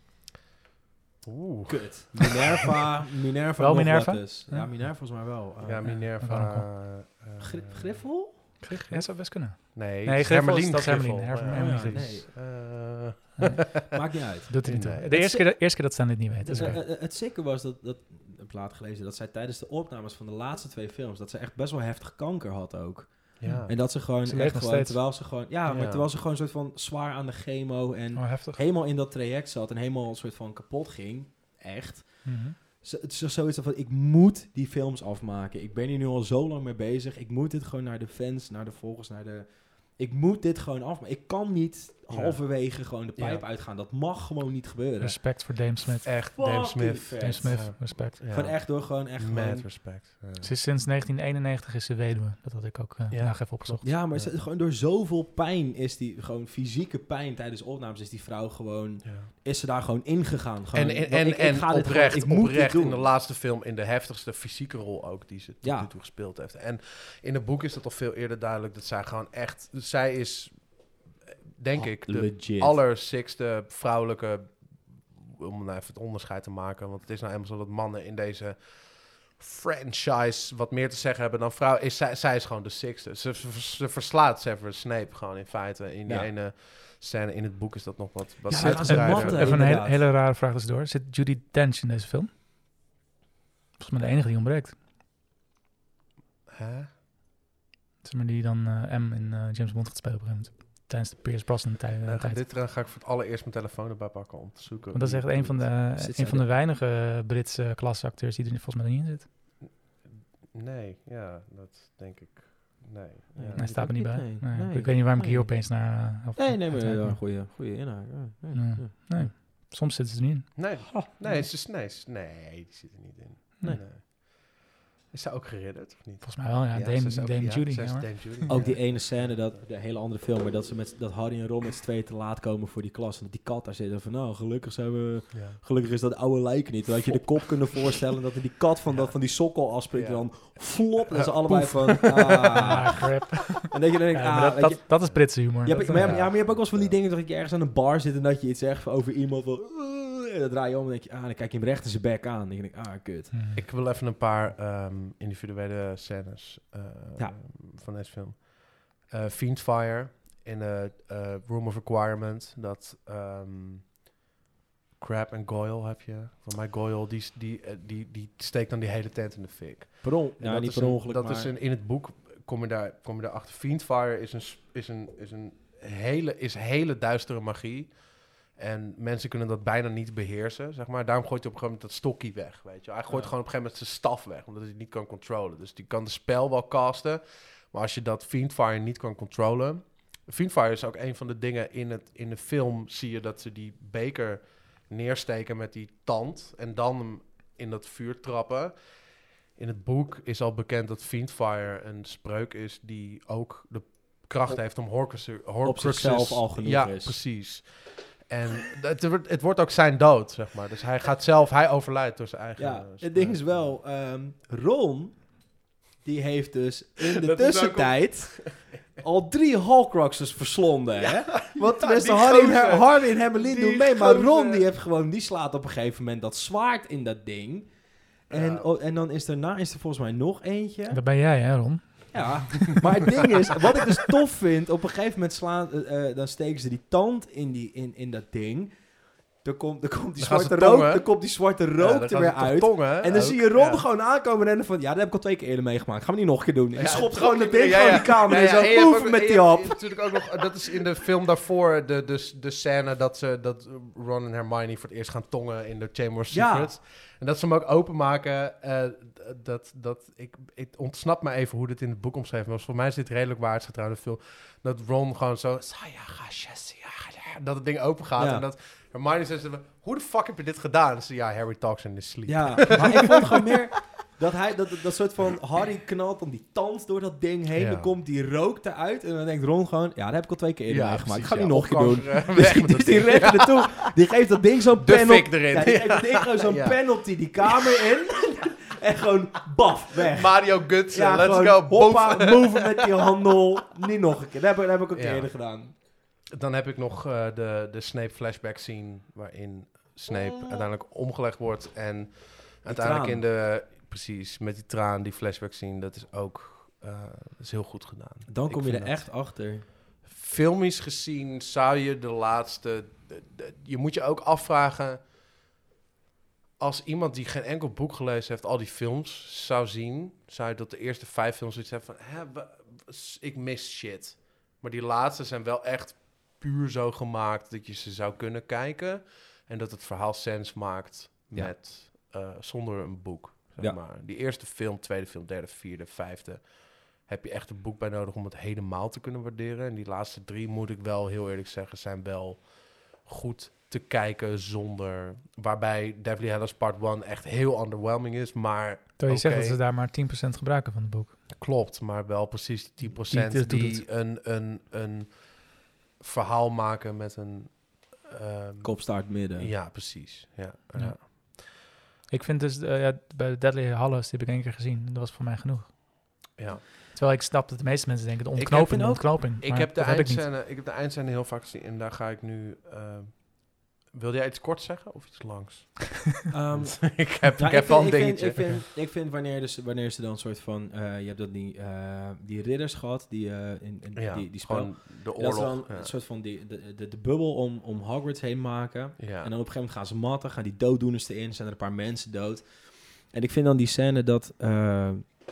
Oeh. Kut. Minerva, Minerva. Wel Minerva? Ja, ja, Minerva volgens mij wel. Uh, ja, Minerva. Uh, Gri Griffel? Griff? Ja, zou best kunnen. Nee, nee Hermelien. Dat is Hermelien. Hermelien. Hermelien. Nee. Uh, nee. Maakt niet uit. Doet er niet toe. Nee. De eerste keer, de eerste keer dat ze dit niet weten. Het, Okay. het, het zikke was dat, dat, heb ik later gelezen, dat zij tijdens de opnames van de laatste twee films, dat ze echt best wel heftig kanker had ook. ja. En dat ze gewoon Ze echt nog gewoon, steeds. terwijl ze gewoon, ja, Ja. maar terwijl ze gewoon een soort van zwaar aan de chemo en Oh, heftig. helemaal in dat traject zat en helemaal een soort van kapot ging, echt. Mm-hmm. Zo, het is zoiets van, ik moet die films afmaken. Ik ben hier nu al zo lang mee bezig. Ik moet dit gewoon naar de fans, naar de volgers, naar de... Ik moet dit gewoon afmaken. Ik kan niet Ja. halverwege gewoon de pijp Ja. uitgaan. Dat mag gewoon niet gebeuren. Respect voor Dame Smith. Echt, Dame Fucking Smith. vet. Dame Smith, Ja. respect. Ja. Gewoon echt door, gewoon echt Mad gewoon... respect. Ja. Ze is sinds negentien eenennegentig is ze weduwe. Dat had ik ook uh, Ja. vandaag even opgezocht. Ja, maar Ja. ze- gewoon door zoveel pijn is die, gewoon fysieke pijn tijdens opnames, is die vrouw gewoon, Ja. is ze daar gewoon ingegaan. Gewoon, En, en, want en, ik, ik en ga dit oprecht, gewoon, ik moet oprecht dit in doen. de laatste film in de heftigste fysieke rol ook die ze tot Ja. nu toe gespeeld heeft. En in het boek is het al veel eerder duidelijk dat zij gewoon echt... Dus zij is, denk ik, de Legit. allersikste vrouwelijke... Om nou even het onderscheid te maken. Want het is nou eenmaal zo dat mannen in deze franchise wat meer te zeggen hebben dan vrouwen. Is, zij, zij is gewoon de sixte. Ze, ze, ze verslaat Severus Snape gewoon in feite. In die Ja. ene scène in het boek is dat nog wat, wat Ja, Zit- aan zijn even matten, even een hele, inderdaad. hele rare vraag tussendoor. Zit Judi Dench in deze film? Volgens mij de enige die ontbreekt. Hè? Zeg maar die dan uh, M in uh, James Bond gaat spelen op een gegeven moment. Tijdens de Pierce Brosnan tij- uh, Nou, tijd. dit uh, ga ik voor het allereerst mijn telefoon erbij pakken om te zoeken. Want dat is echt een van de, Zit een zij van de er- weinige Britse klasseacteurs die er volgens mij niet in zit. Nee, ja, dat denk ik. Nee. Ja. Hij staat er niet bij. Nee, Nee. nee. Ik weet niet waarom ik hier Nee. opeens naar... Uh, of- Nee, nee, maar uit- ja, goede, goede inhaak. Ja, ja, Ja. ja. Nee. Soms zitten ze er niet in. Nee, Oh, nee, ze is, nee, ze- nee, die zit er niet in. Nee. Is zij ook geridderd of niet? Volgens mij wel, ja. ze Dame, is ook- Dame ja, Judy. ze is ja, hoor. Dame Judy. Ook ja. die ene scène, dat, de hele andere film, maar dat, ze met, dat Harry en Ron met z'n tweeën te laat komen voor die klas. En dat die kat daar zit en van, nou, gelukkig zijn we... Ja. Gelukkig is dat oude lijk niet. Dan had je de kop kunnen voorstellen dat er die kat van, Ja. dat, van die sokkel afspringt Ja. en dan flop. En dat ze Ja, allebei poef. van, Ah, ah. crap. En dat je dan denkt, Ja, maar ah, dat, weet dat, je... dat is Britse humor. Je hebt, Dat- maar, ja, ja. maar je hebt ook wel eens van die Ja. dingen dat je ergens aan een bar zit en dat je iets zegt over iemand van... "Uh," en dan draai je om en denk je, ah, dan kijk je hem recht in zijn bek aan. En dan denk je, ah, kut. Hmm. Ik wil even een paar ehm, individuele scènes uh, Ja. van deze film. Uh, Fiendfire in de uh, Room of Requirement. Dat um, Crab en Goyle heb je. Van mij Goyle, die, die, uh, die, die steekt dan die hele tent in de fik. Per on, En ja, dat niet is per een- ongeluk, Dat maar... is een, in het boek kom je daar, kom je daar achter. Fiendfire is een, s- is een, is een hele, is hele duistere magie. En mensen kunnen dat bijna niet beheersen, zeg maar. Daarom gooit hij op een gegeven moment dat stokje weg, weet je. Hij gooit Ja. gewoon op een gegeven moment zijn staf weg, omdat hij het niet kan controlen. Dus die kan de spel wel casten, maar als je dat Fiendfire niet kan controlen... Fiendfire is ook een van de dingen in, het, in de film, zie je dat ze die beker neersteken met die tand en dan hem in dat vuur trappen. In het boek is al bekend dat Fiendfire een spreuk is die ook de kracht Op- heeft om Horcruxes... op zichzelf al genoeg ja, is. precies. En het, wordt- het wordt ook zijn dood, zeg maar. Dus hij gaat zelf, hij overlijdt door zijn eigen... Ja, eh, het ding is spreuk. wel, ehm, Ron, die heeft dus in de Dat is ook tussentijd al drie Horcruxes verslonden, hè? Want tenminste, die Harry, en gozer. Her- Harry en Hermelien Die doen mee, maar gozer. Ron die heeft gewoon, die slaat op een gegeven moment dat zwaard in dat ding. En, Ja. oh, en dan is daarna is er volgens mij nog eentje. Dat ben jij, hè, Ron? Ja, maar het ding is, wat ik dus tof vind, op een gegeven moment slaan, eh, eh, dan steken ze die tand in, die, in, in dat ding. Er komt, er komt die Dan gaan ze zwarte rook, tongen. er komt die zwarte Ja, rook dan er gaan weer ze toch uit. tongen, hè, En dan ook. zie je Ron Ja. gewoon aankomen en van, ja, dat heb ik al twee keer eerder meegemaakt. Gaan we niet nog een keer doen. En Ja, die schopt het gewoon dat grappige- ding ja, gewoon ja. die kamer Ja, in ja, zo en je hebt poeven ook- met en die je hebt hap. Natuurlijk ook nog, dat is in de film daarvoor, de, de, de scène dat, ze, dat Ron en Hermione voor het eerst gaan tongen in de Chamber of Ja. Secrets. En dat ze hem ook openmaken, eh, d- dat, dat, ik, het ontsnapt me even hoe dit in het boek omschreven was. Voor mij is dit redelijk waarheidsgetrouw in de film. Dat Ron gewoon zo, dat het ding open gaat Ja. en dat Hermione zegt, hoe de fuck heb je dit gedaan? Ze ja, Harry talks in his sleep. Ja, maar ik vond gewoon meer dat hij, dat, dat soort van, Harry knalt dan die tand door dat ding heen, Ja. dan komt die rook eruit en dan denkt Ron gewoon, ja, dat heb ik al twee keer eerder Ja, meegemaakt. Ik precies, ga ja, niet nog een keer opgang, doen. uh, Dus, weg die- met dus dat die ding. rent er naartoe, die geeft dat ding zo'n De penalty. fik erin. Ja, die geeft dat ding gewoon zo'n Ja. penalty die kamer in en gewoon baf, weg. Mario Guts, Ja, let's gewoon, go. hoppa, Boom. move met die handel. Niet nog een keer. Dat heb, ik- dat heb ik al een keer Ja. eerder gedaan. Dan heb ik nog uh, de, de Snape flashback scene waarin Snape Oh. uiteindelijk omgelegd wordt en uiteindelijk traan. in de precies met die traan die flashback scene, dat is ook uh, dat is heel goed gedaan. Dan Ik kom je er vind dat- echt achter. Filmisch gezien zou je de laatste, de- de- je moet je ook afvragen als iemand die geen enkel boek gelezen heeft al die films zou zien, zou je dat de eerste vijf films iets hebben van, hè, wa- wa- ik mis shit. Maar die laatste zijn wel echt puur zo gemaakt dat je ze zou kunnen kijken. En dat het verhaal sens maakt Ja. met, uh, zonder een boek. Zeg Ja. maar. Die eerste film, tweede film, derde, vierde, vijfde. Heb je echt een boek bij nodig om het helemaal te kunnen waarderen. En die laatste drie, moet ik wel heel eerlijk zeggen, zijn wel goed te kijken zonder... Waarbij Deathly Hallows Part één echt heel underwhelming is, maar... Terwijl je zegt oké. dat ze daar maar tien procent gebruiken van het boek. Klopt, maar wel precies die tien procent Die die, het doet. een, een, een verhaal maken met een... ehm, Kopstaart midden. Ja, precies. Ja, Ja. ja. Ik vind dus, uh, ja, bij de Deadly Hallows, die heb ik één keer gezien. Dat was voor mij genoeg. ja. Terwijl ik snap dat de meeste mensen denken, de Ik ontknoping, heb de ook- ontknoping. Ik Maar heb, de dat heb ik niet. eindscène, ik heb de eindscène heel vaak gezien en daar ga ik nu... Uh, wilde jij iets kort zeggen of iets langs? Ehm, ik heb, Nou, ik heb vind- wel een ik vind, dingetje. ik vind, ik vind wanneer, dus, wanneer ze dan een soort van... eh, je hebt dat die, eh, die ridders gehad, die, eh, in, in, ja, die, die spel. gewoon de En dat ze oorlog. dan ja. een soort van die, de, de, de bubbel om, om Hogwarts heen maken. Ja. En dan op een gegeven moment gaan ze matten, gaan die dooddoeners erin, zijn er een paar mensen dood. En ik vind dan die scène dat uh,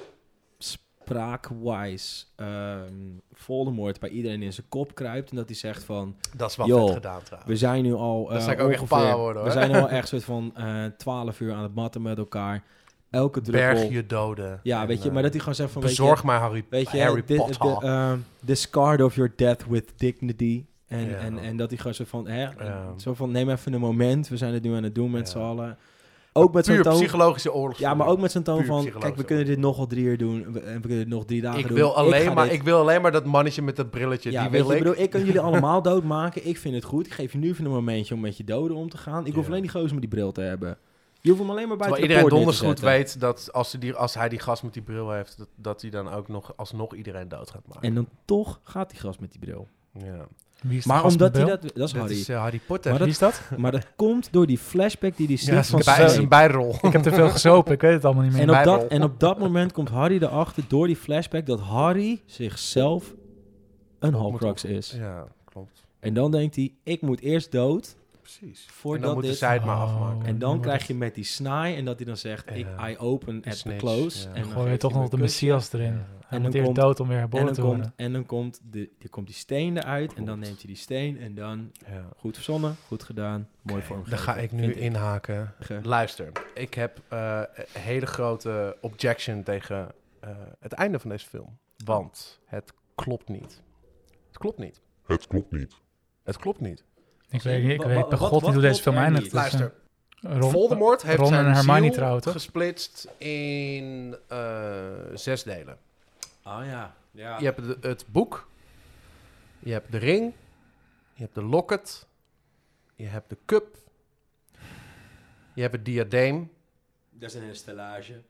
spraakwise ehm Voldemort bij iedereen in zijn kop kruipt en dat hij zegt van, Dat is wel Joh, vet gedaan trouwens. we zijn nu al uh, Dat zou ik ook echt ongeveer, paar worden, we hoor. zijn nu al echt soort van uh, twaalf uur aan het matten met elkaar. Elke druppel. Berg je doden. Ja, En, weet je, uh, maar dat hij gewoon zegt van, bezorg weet mij Harry, je, weet je, Harry di- Potter. de, uh, discard of your death with dignity. En, Ja. en, en dat hij gewoon zo van, hè, Ja. zo van, neem even een moment, we zijn het nu aan het doen met Ja. z'n allen. Ook met zo'n Puur toon, psychologische oorlog. ja, maar ook met zo'n toon Puur van, psychologische kijk, we kunnen dit nog wel drie uur doen, en we, en we kunnen dit nog drie dagen ik doen. wil, alleen ga maar, dit- ik wil alleen maar dat mannetje met dat brilletje. ja, die weet wil je, ik. bedoel, ik kan jullie allemaal doodmaken, ik vind het goed, ik geef je nu even een momentje om met je doden om te gaan. Ik hoef Ja. alleen die gozer met die bril te hebben. Je hoeft hem alleen maar buiten Terwijl de iedereen poort neer te donders goed zetten. weet dat als, ze die, als hij die gast met die bril heeft, dat, dat hij dan ook nog alsnog iedereen dood gaat maken. En dan toch gaat die gast met die bril. ja. Wie is de Maar gast omdat met hij de dat... Dat is Dat Harry. is uh, Harry Potter. Maar Wie is dat? Maar dat komt door die flashback die hij ziet ja, dat is van een, bij, dat is Snape. een bijrol. Ik heb te veel gezopen, ik weet het allemaal niet meer. En op, bijrol. dat, en op dat moment komt Harry erachter door die flashback dat Harry zichzelf een Horcrux is. Ja, klopt. En dan denkt hij, ik moet eerst dood Precies. En voordat dan moeten dit... zij het maar Oh. afmaken. En dan dan wordt krijg het- je met die snaai en dat hij dan zegt, ik, Ja. I open De at the snitch, close. ja. En Dan dan gooi je geeft toch hij nog de hem een kusje. Messias erin. Ja. Hij En moet dan eerst komt- dood om weer En herboren dan, te komt, worden. en dan komt, de, dan komt die steen eruit en dan Klopt. neemt hij die steen en dan Ja. goed verzonnen, goed gedaan, mooi Oké, vormgegeven. Dan ga ik nu vind inhaken. Ge- Luister, ik heb uh, een hele grote objection tegen uh, het einde van deze film. Want het klopt niet. Het klopt niet. Het klopt niet. Het klopt niet. Ik weet, ik Wa- weet wa- bij wat- God niet wat hoe deze klopt film er eindigt. niet? dus, Luister, eh, Ron- Voldemort heeft Ron zijn en Hermione ziel trouwen, toch? gesplitst in uh, zes delen. Oh ja, ja. Je hebt de- het boek, je hebt de ring, je hebt de locket, je hebt de cup, je hebt het diadeem. Dat is een hele stellage.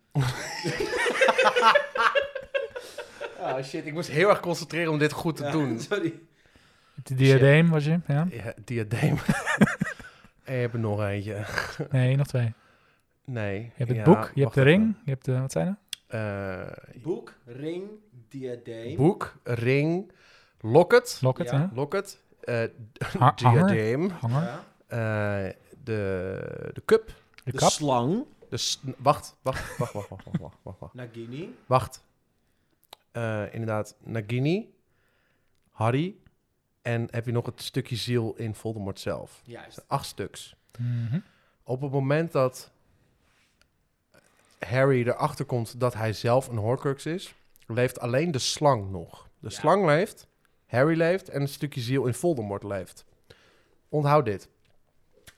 Oh shit, ik moest heel erg concentreren om dit goed te doen. Sorry. De diadeem was je, ja? Ja, diadeem. En je hebt er nog eentje. Nee, nog twee. Nee. Je hebt het ja, boek, je hebt wacht de even. ring, je hebt de, wat zijn er? Eh, Boek, ring, diadeem. boek, ring, locket, Locket, Ja. hè? locket, eh, Ha- hanger? diadeem, Hanger, Ja. eh, de, de cup, de De kap. slang. de s- wacht, wacht, wacht, wacht, wacht, wacht, wacht, wacht. Nagini. Wacht. Eh, inderdaad, Nagini, Harry en heb je nog het stukje ziel in Voldemort zelf. Juist. Acht stuks. Mhm. Op het moment dat Harry erachter komt dat hij zelf een Horcrux is, leeft alleen de slang nog. De Ja. slang leeft, Harry leeft en een stukje ziel in Voldemort leeft. Onthoud dit.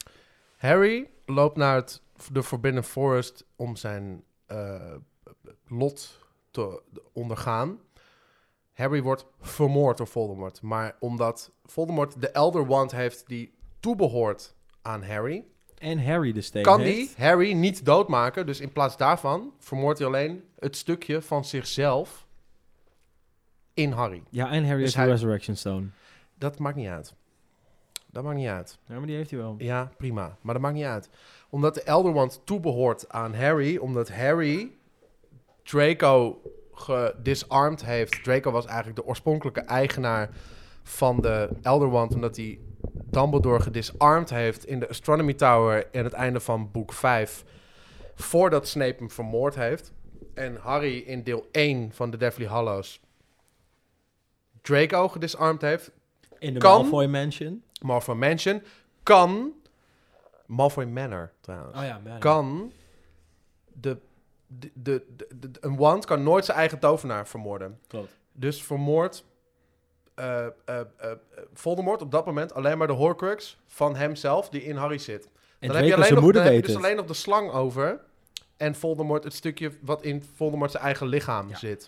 Harry loopt naar het, de Forbidden Forest om zijn uh, lot te ondergaan. Harry wordt vermoord door Voldemort. Maar omdat Voldemort de Elder Wand heeft die toebehoort aan Harry... En Harry de steen kan heeft. hij Harry niet doodmaken. Dus in plaats daarvan vermoordt hij alleen het stukje van zichzelf in Harry. Ja, en Harry Dus heeft hij- de Resurrection Stone. Dat maakt niet uit. Dat maakt niet uit. Ja, maar die heeft hij wel. Ja, prima. Maar dat maakt niet uit. Omdat de Elder Wand toebehoort aan Harry. Omdat Harry Draco gedisarmed heeft. Draco was eigenlijk de oorspronkelijke eigenaar van de Elder Wand. Omdat hij Dumbledore gedisarmed heeft in de Astronomy Tower aan het einde van boek vijf. Voordat Snape hem vermoord heeft. En Harry in deel één van de Deathly Hallows Draco gedisarmed heeft. In de Kan- Malfoy Mansion. Malfoy Mansion kan... Malfoy Manor, trouwens. Oh ja, man. Kan... De, de, de, de, de- een wand kan nooit zijn eigen tovenaar vermoorden. Klopt. Dus vermoord uh, uh, uh, Voldemort op dat moment alleen maar de Horcrux van hemzelf die in Harry zit. En Dan heb je Draco alleen zijn nog, moeder dan heb je weet dus het. alleen nog de slang over. En Voldemort het stukje wat in Voldemort zijn eigen lichaam Ja. zit.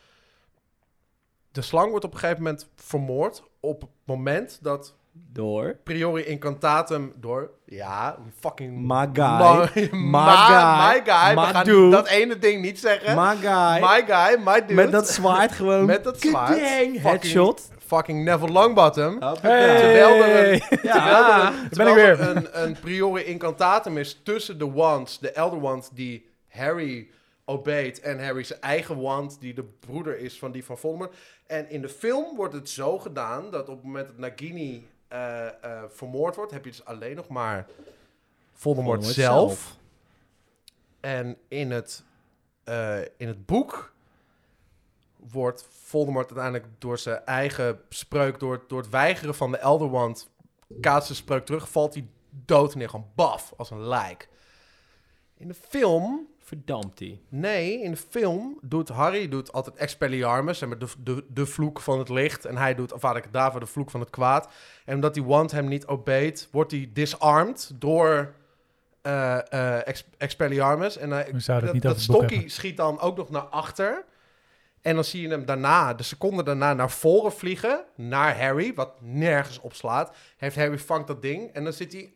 De slang wordt op een gegeven moment vermoord op het moment dat Door. priori incantatum door... Ja, fucking... My guy. Ma- My ma- guy. My guy. My We gaan dude. dat ene ding niet zeggen. My guy. My guy, my dude. Met dat zwaard gewoon. Met dat zwaard. Kadang, Fucking- headshot. Fucking Neville Longbottom. Hey. Terwijl er een, Ja. terwijl er, een, ben ik terwijl er weer. een, een priori incantatum is tussen de wands, de Elder Wand die Harry obeet en Harry's eigen wand die de broeder is van die van Voldemort. En in de film wordt het zo gedaan dat op het moment dat Nagini uh, uh, vermoord wordt, heb je dus alleen nog maar Voldemort, Voldemort zelf. zelf. En in het, uh, in het boek wordt Voldemort uiteindelijk door zijn eigen spreuk, door, door het weigeren van de Elder Wand, kaatst de spreuk terug, valt hij dood neer, gewoon baf, als een lijk. In de film, Verdampt hij. nee, in de film doet Harry doet altijd Expelliarmus, en met de, de, de vloek van het licht, en hij doet Avada Kedavra, de vloek van het kwaad. En omdat die wand hem niet obeet, wordt hij disarmed door uh, uh, Ex- Expelliarmus. En hij, We zouden het dat, niet dat over het boek stokkie schiet dan ook nog naar achter. En dan zie je hem daarna, de seconde daarna, naar voren vliegen. Naar Harry, wat nergens op slaat. Heeft Harry vangt dat ding en dan zit hij...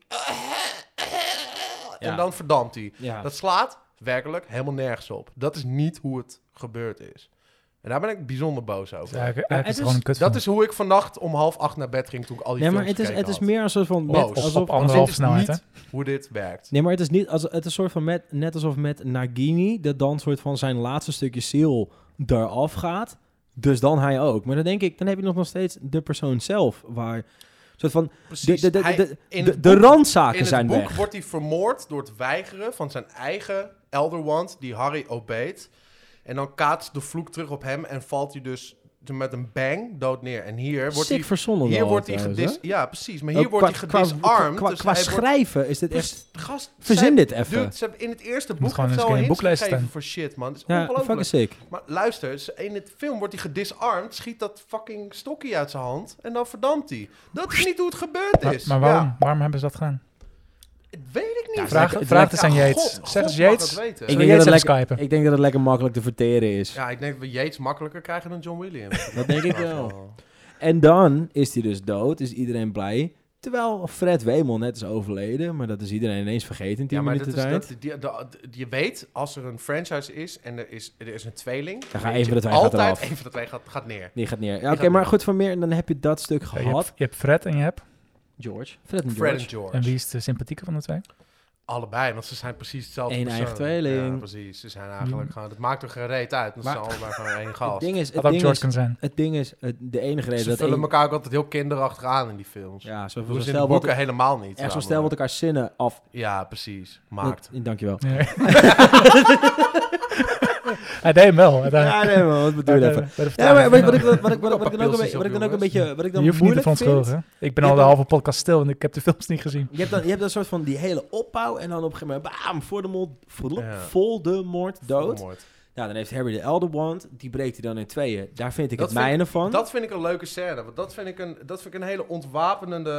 En Ja. dan verdampt hij. Ja. Dat slaat werkelijk helemaal nergens op. Dat is niet hoe het gebeurd is. En daar ben ik bijzonder boos Het is over. eigenlijk, Ja, eigenlijk is het het gewoon een kutfilm. Dat is hoe ik vannacht om half acht naar bed ging toen ik al die Nee, maar films het is, het gekeken is had. meer een soort van... Boos. Met, Op- alsof, op anderhalf Dit is snelheid, niet hoe dit werkt. Nee, maar het is niet als het is een soort van met, net alsof met Nagini dat dan soort van zijn laatste stukje ziel eraf gaat. Dus dan hij ook. Maar dan denk ik, dan heb je nog nog steeds de persoon zelf waar soort van de Precies. de de Hij- de, in de, het de boek- randzaken In het zijn boek weg. wordt hij vermoord door het weigeren van zijn eigen Elder Wand die Harry obeet. En dan kaatst de vloek terug op hem en valt hij dus met een bang dood neer. En hier wordt Sick hij... verzonnen Hier wel wordt hij trouwens, gedis... hè? Ja, precies. Maar hier Ook wordt hij qua- qua- gedisarmed. Qua, qua, dus qua hij wordt- schrijven is dit echt... Dus, gast, Verzin zij- dit even. Dude, ze hebben in het eerste moet boek gewoon heeft eens ze al een hints boeklijst gegeven staan. voor shit, man. Dat is Ja, ongelooflijk. fucking sick. Maar luister, ze- in het film wordt hij gedisarmed, schiet dat fucking stokje uit zijn hand en dan verdampt hij. Dat is niet hoe het gebeurd Maar, is. maar waarom, Ja, waarom hebben ze dat gedaan? weet ik niet. Ja, Vraag, het vraag lijkt- het aan Ja, Yates. God- Zeg God eens mag Yates. het weten. Ik Zullen denk, we dat het Yates even lekker, skypen? ik denk dat het lekker makkelijk te verteren is. Ja, ik denk dat we Yates makkelijker krijgen dan John Williams. Dat denk ik Dat is wel. En dan is hij dus dood, is iedereen blij. Terwijl Fred Wemel net is overleden, maar dat is iedereen ineens vergeten in tien Ja, maar dat minuten is, tijd. dat, die, de- de- je weet, als er een franchise is en er is, er is een tweeling... Dan gaat weet één van je de twee gaat altijd eraf. één van de twee gaat, gaat neer. Die gaat neer. Ja, Die Oké, gaat maar neer. goed, van meer, dan heb je dat stuk Ja, gehad. je, hebt, je hebt Fred en je hebt... George. Fred en Fred George. en George. En wie is de sympathieke van de twee? Allebei, want ze zijn precies hetzelfde Eén persoon. eigen tweeling. Ja, precies. Ze zijn eigenlijk Hmm. gewoon... Het maakt er geen reet uit, want ze Maar- zijn allebei gewoon één Het gast. ding is, het Had ook ding George is, kunnen zijn. het ding is, het- de enige reden Ze dat vullen één- elkaar ook altijd heel kinderachtig aan in die films. Ja, zo, Dat zo doen ze in stel de wat, boeken helemaal niet. echt zo namelijk. stel wat elkaar zinnen af. Ja, precies. Maakt. Dat- dankjewel. Nee. Hij deed hem wel. Ja, nee man, wat bedoel je Bij even? de- bij de Ja, maar wat, wat, ik, vertaling. wat, ik, wat, ik- wat ik dan ook een beetje, wat ik dan ook een beetje, wat ik dan Je hoeft niet te moeilijk vind. verontschuldigen. Ik ben Je al de hebt halve podcast stil en ik heb de films niet gezien. Je hebt dan, je hebt dan soort van die hele opbouw en dan op een gegeven moment, bam, Voldemort, Ja. Voldemort dood. Voldemort. Nou, dan heeft Harry de Elder Wand, die breekt hij dan in tweeën. Daar vind ik Dat het vind- mijne van. Dat vind ik een leuke scène. Want dat vind ik een, dat vind ik een hele ontwapenende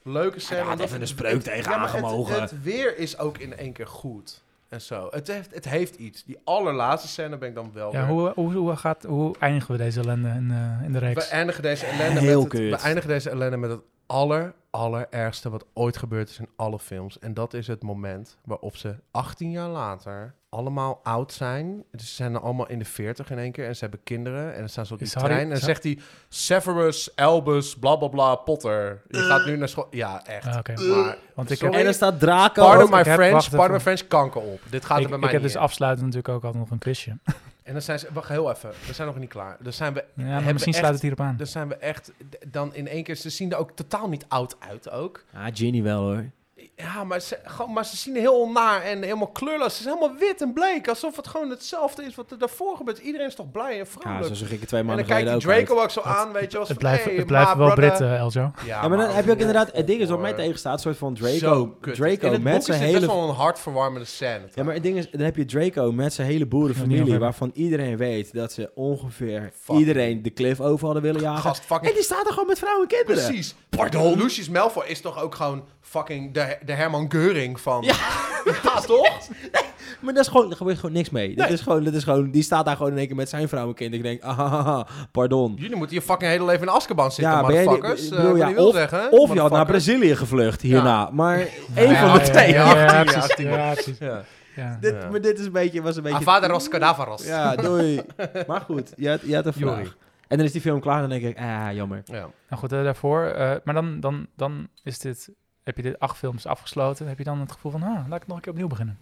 leuke scène. Hij had Dat- even een spreuk tegen Ja, maar het, aangemogen. het weer is ook in één keer goed. En zo. Het heeft, het heeft iets. Die allerlaatste scène ben ik dan wel Ja, weer... hoe, hoe, hoe, gaat, hoe eindigen we deze ellende in, uh, in de reeks? We eindigen deze ellende Heel met het, kut. we eindigen deze ellende met het aller, allerergste wat ooit gebeurd is in alle films. En dat is het moment waarop ze achttien jaar later allemaal oud zijn. Dus ze zijn allemaal in de veertig in één keer en ze hebben kinderen. En dan staan ze op die Is Harry- trein en dan is- zegt hij... Severus, Albus, bla bla bla, Potter. Je gaat nu naar school. Ja, echt. Ah, oké. Maar, Want ik sorry. heb, En dan staat Draco. pardon ik my heb- French, wacht pardon my even. French, kanker op. Dit gaat ik, er bij ik mij heb niet dus in. afsluitend natuurlijk ook altijd nog een quizje. En dan zijn ze... Wacht, heel even. We zijn nog niet klaar. Dan zijn we... Ja, maar hebben misschien echt- sluit het hierop aan. Dan zijn we echt... Dan in één keer... Ze zien er ook totaal niet oud uit ook. Ah, Ginny wel hoor. Ja, maar ze, gewoon, maar ze zien er heel naar en helemaal kleurloos. Ze zijn helemaal wit en bleek. Alsof het gewoon hetzelfde is wat er daarvoor gebeurt. Iedereen is toch blij en Ja, vrolijk. zo zag ik het twee en dan maanden kijkt die geleden ook Draco uit. ook zo aan, weet je. Als Het van, blijft, hey, het blijft ma, wel brother. Brit, uh, Eljo. Ja, maar dan heb je ook inderdaad... Het ding is wat mij hoor. tegenstaat. Een soort van Zo Draco, kut. Draco In het met boek zijn is dit best hele... wel een hartverwarmende scène. Ja, maar het ding is, dan heb je Draco met zijn hele boerenfamilie, Ja, die waarvan iedereen weet dat ze ongeveer Fuck. iedereen de cliff over hadden willen jagen. Gast, fucking... En die staat er gewoon met vrouwen en kinderen. Precies. Pardon? Lucius Malfoy is toch ook gewoon fucking de, de Herman Geuring van... Ja. Ja, toch? Maar dat is gewoon, er gebeurt gewoon niks mee. Nee. Dat is gewoon, dat is gewoon, die staat daar gewoon in één keer met zijn vrouw en kind. Ik denk, ah, pardon. Jullie moeten je fucking hele leven in Azkaban zitten, Ja, ben jij die- motherfuckers. ik Eh, bedoel, wat ja, je wil of- zeggen. Of je had naar motherfuckers. Brazilië gevlucht hierna. Maar één Ja, van de ja, twee. Ja, ja, Ja, precies. achttien. Ja, precies. Ja. Ja. Dit, Ja. Maar dit is een beetje, was een beetje... Avadaros Cadavaros. Ja, doei. Maar goed, je had, je had een Jori. vraag. En dan is die film klaar en dan denk ik, ah, jammer. Ja. Nou goed, uh, daarvoor. Uh, maar dan, dan, dan is dit, heb je dit acht films afgesloten. Heb je dan het gevoel van, ah, laat ik nog een keer opnieuw beginnen.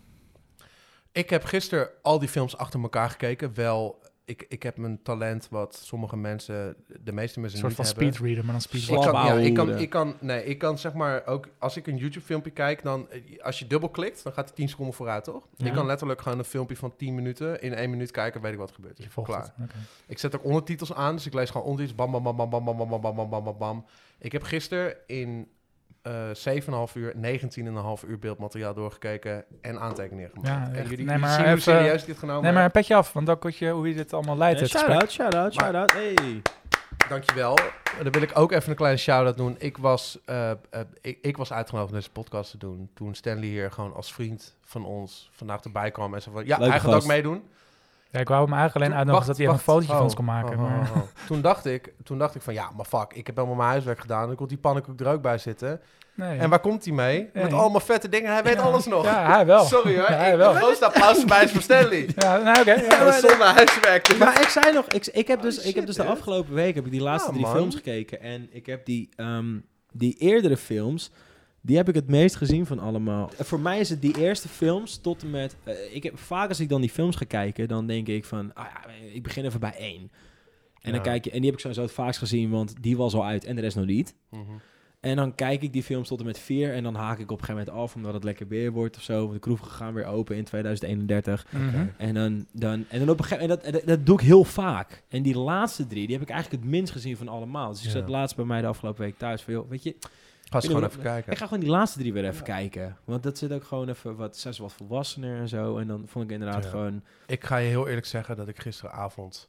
Ik heb gisteren al die films achter elkaar gekeken. Wel, ik, ik heb mijn talent wat sommige mensen, de meeste mensen Een soort van niet hebben. speedreader, maar dan speed Slap. Ik kan, ja, ik kan, Slapouwen. ik kan, nee, ik kan zeg maar ook, als ik een YouTube filmpje kijk, dan, eh, als je dubbelklikt, dan gaat hij tien seconden vooruit, toch? Ja. Ik kan letterlijk gewoon een filmpje van tien minuten, in één minuut kijken, weet ik wat er gebeurt. Je volgt Klaar. het. Okay. Ik zet ook ondertitels aan, dus ik lees gewoon ondertitels, bam, bam, bam, bam, bam, bam, bam, bam, bam, bam, bam, bam. Ik heb gisteren in uh, zeven komma vijf uur, negentien komma vijf uur beeldmateriaal doorgekeken en aantekeningen gemaakt. Ja, en echt. jullie, Nee, jullie maar zien hoe even- serieus ik dit genomen Nee, maar heb. een petje af, want dan kun je hoe je dit allemaal leidt. Ja, het gesprek. shout-out, shout-out, Maar- shout-out. Hey. Dankjewel. Dan wil ik ook even een kleine shout-out doen. Ik was, uh, uh, ik, ik was uitgenodigd om deze podcast te doen. Toen Stanley hier gewoon als vriend van ons vandaag erbij kwam. En zei van, ja, Leuke hij gaat gast. ook meedoen. Ja, ik wou hem eigenlijk alleen Toen- uitnodigen wacht, dat hij even een wacht. fotootje van ons kon Oh, maken. oh, maar... oh, oh. Toen, dacht ik, toen dacht ik van, ja, maar fuck. Ik heb helemaal mijn huiswerk gedaan. Dan komt die pannenkoek er ook bij zitten. Nee. En waar komt hij mee? Met Nee. allemaal vette dingen. Hij weet Ja. alles nog. Ja, hij wel. Sorry hoor. Ja, hij ik, wel. de grootste applaus voor mij is voor Stanley. Ja, nou oké. ja. Ja, maar zonder huiswerk. Maar ik zei nog, ik, ik heb dus, Oh, ik heb shit, dus de hè? afgelopen week heb ik die laatste Ja, drie man. films gekeken. En ik heb die, ehm, die eerdere films, die heb ik het meest gezien van allemaal. En voor mij is het die eerste films tot en met... eh, ik heb, vaak als ik dan die films ga kijken, dan denk ik van... Ah ja, ik begin even bij één. En, Ja. dan kijk je, en die heb ik sowieso het vaakst gezien, want die was al uit en de rest nog niet. Mhm. En dan kijk ik die films tot en met vier en dan haak ik op een gegeven moment af, omdat het lekker weer wordt of zo. Want de kroegen gaan weer open in tweeduizend eenendertig. Mhm. En dan, dan, en dan op een gegeven moment, dat, dat, dat doe ik heel vaak. En die laatste drie, die heb ik eigenlijk het minst gezien van allemaal. Dus ik Ja. zat laatst bij mij de afgelopen week thuis van, joh, weet je, Ga eens Ik gewoon weet even kijken. ik ga gewoon die laatste drie weer even Ja. kijken. Want dat zit ook gewoon even wat, zes wat volwassener en zo. En dan vond ik inderdaad Ja. gewoon... Ik ga je heel eerlijk zeggen dat ik gisteravond...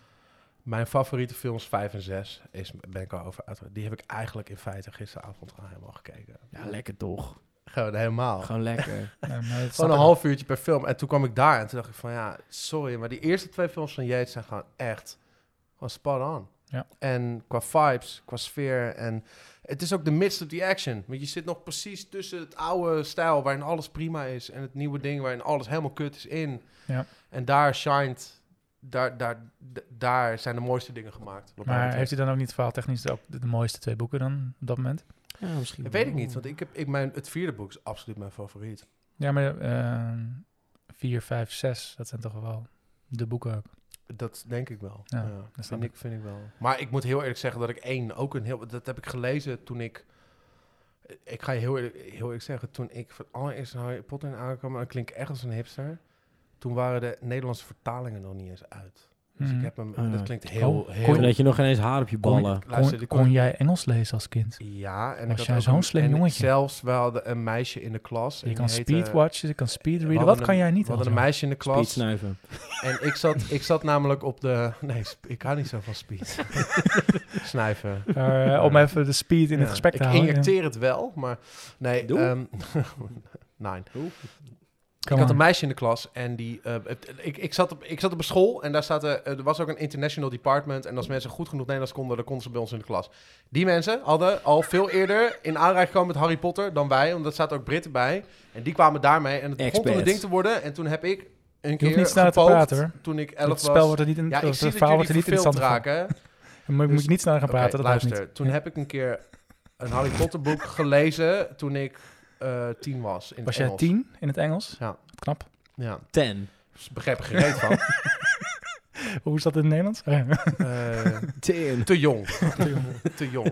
Mijn favoriete films vijf en zes is, ben ik al over uit. Die heb ik eigenlijk in feite gisteravond gewoon helemaal gekeken. Ja, lekker toch. Gewoon helemaal. Gewoon lekker. Ja, maar dat snap Gewoon een ik. half uurtje per film. En toen kwam ik daar en toen dacht ik van ja, sorry, maar die eerste twee films van Yates zijn gewoon echt gewoon spot on. Ja. En qua vibes, qua sfeer en het is ook de midst of the action. Want je zit nog precies tussen het oude stijl waarin alles prima is en het nieuwe ding waarin alles helemaal kut is in. Ja. En daar shined, daar, daar, d- daar zijn de mooiste dingen gemaakt. wat mij Maar betreft. heeft hij dan ook niet verhaaltechnisch ook de, de mooiste twee boeken dan op dat moment? Ja, misschien Dat weet ik niet, want ik heb, ik, mijn, het vierde boek is absoluut mijn favoriet. Ja, maar eh, vier, vijf, zes, dat zijn toch wel de boeken ook. Dat denk ik wel. Ja, Ja, dat snap vind ik. ik, vind ik wel. Maar ik moet heel eerlijk zeggen dat ik één ook een heel... Dat heb ik gelezen toen ik... Ik ga je heel eerlijk, heel eerlijk zeggen, toen ik voor het allereerst Harry Potter in aankwam, en dat klinkt echt als een hipster, toen waren de Nederlandse vertalingen nog niet eens uit. Dus Mm. ik heb hem, Ah, dat klinkt heel, oh, heel... kon- Dan had je nog ineens haar op je Kon- ballen. Kon, Luister, die kon kon- jij Engels lezen als kind? Ja, en Was ik jij had ook zo'n een- slim en jongetje? Zelfs, we hadden een meisje in de klas. en Je die kan heette- speedwatchen, je kan we speedreaden. hadden Wat kan een- jij niet? We hadden een Alzo? meisje in de Speed klas. snuiven. En ik zat, ik zat namelijk op de... Nee, sp- ik hou niet zo van speed. Snuiven. Uh, om even de speed in Ja, het gesprek te ik houden. injecteer het wel, maar... Nee, Doe. ehm nine. Ja. Ik had een meisje in de klas en die... eh, het- ik, ik, zat op, ik zat op een school en daar zaten, er was ook een international department. En als mensen goed genoeg Nederlands konden, dan konden ze bij ons in de klas. Die mensen hadden al veel eerder in aanraking gekomen met Harry Potter dan wij. Want er zaten ook Britten bij. En die kwamen daarmee en het begon toen een Experts. ding te worden. En toen heb ik een Je keer hoeft niet sneller te gepookt praten, hoor. toen ik Het elf spel was. wordt er niet in, Ja, of ik het zie dat verhaal wordt jullie er niet verveeld interessant van. raken. Dan moet, Dus- moet je niet sneller gaan Oké, praten, dat luister. helpt niet. Toen heb ik een keer een Harry Potter boek gelezen toen ik eh, tien was. In het Was jij Engels. tien in het Engels? Ja. Knap. Ja, Ten. dus ik begreep er gereed van. Hoe is dat in het Nederlands? Oh, ja. Eh, Ten. te jong. te jong.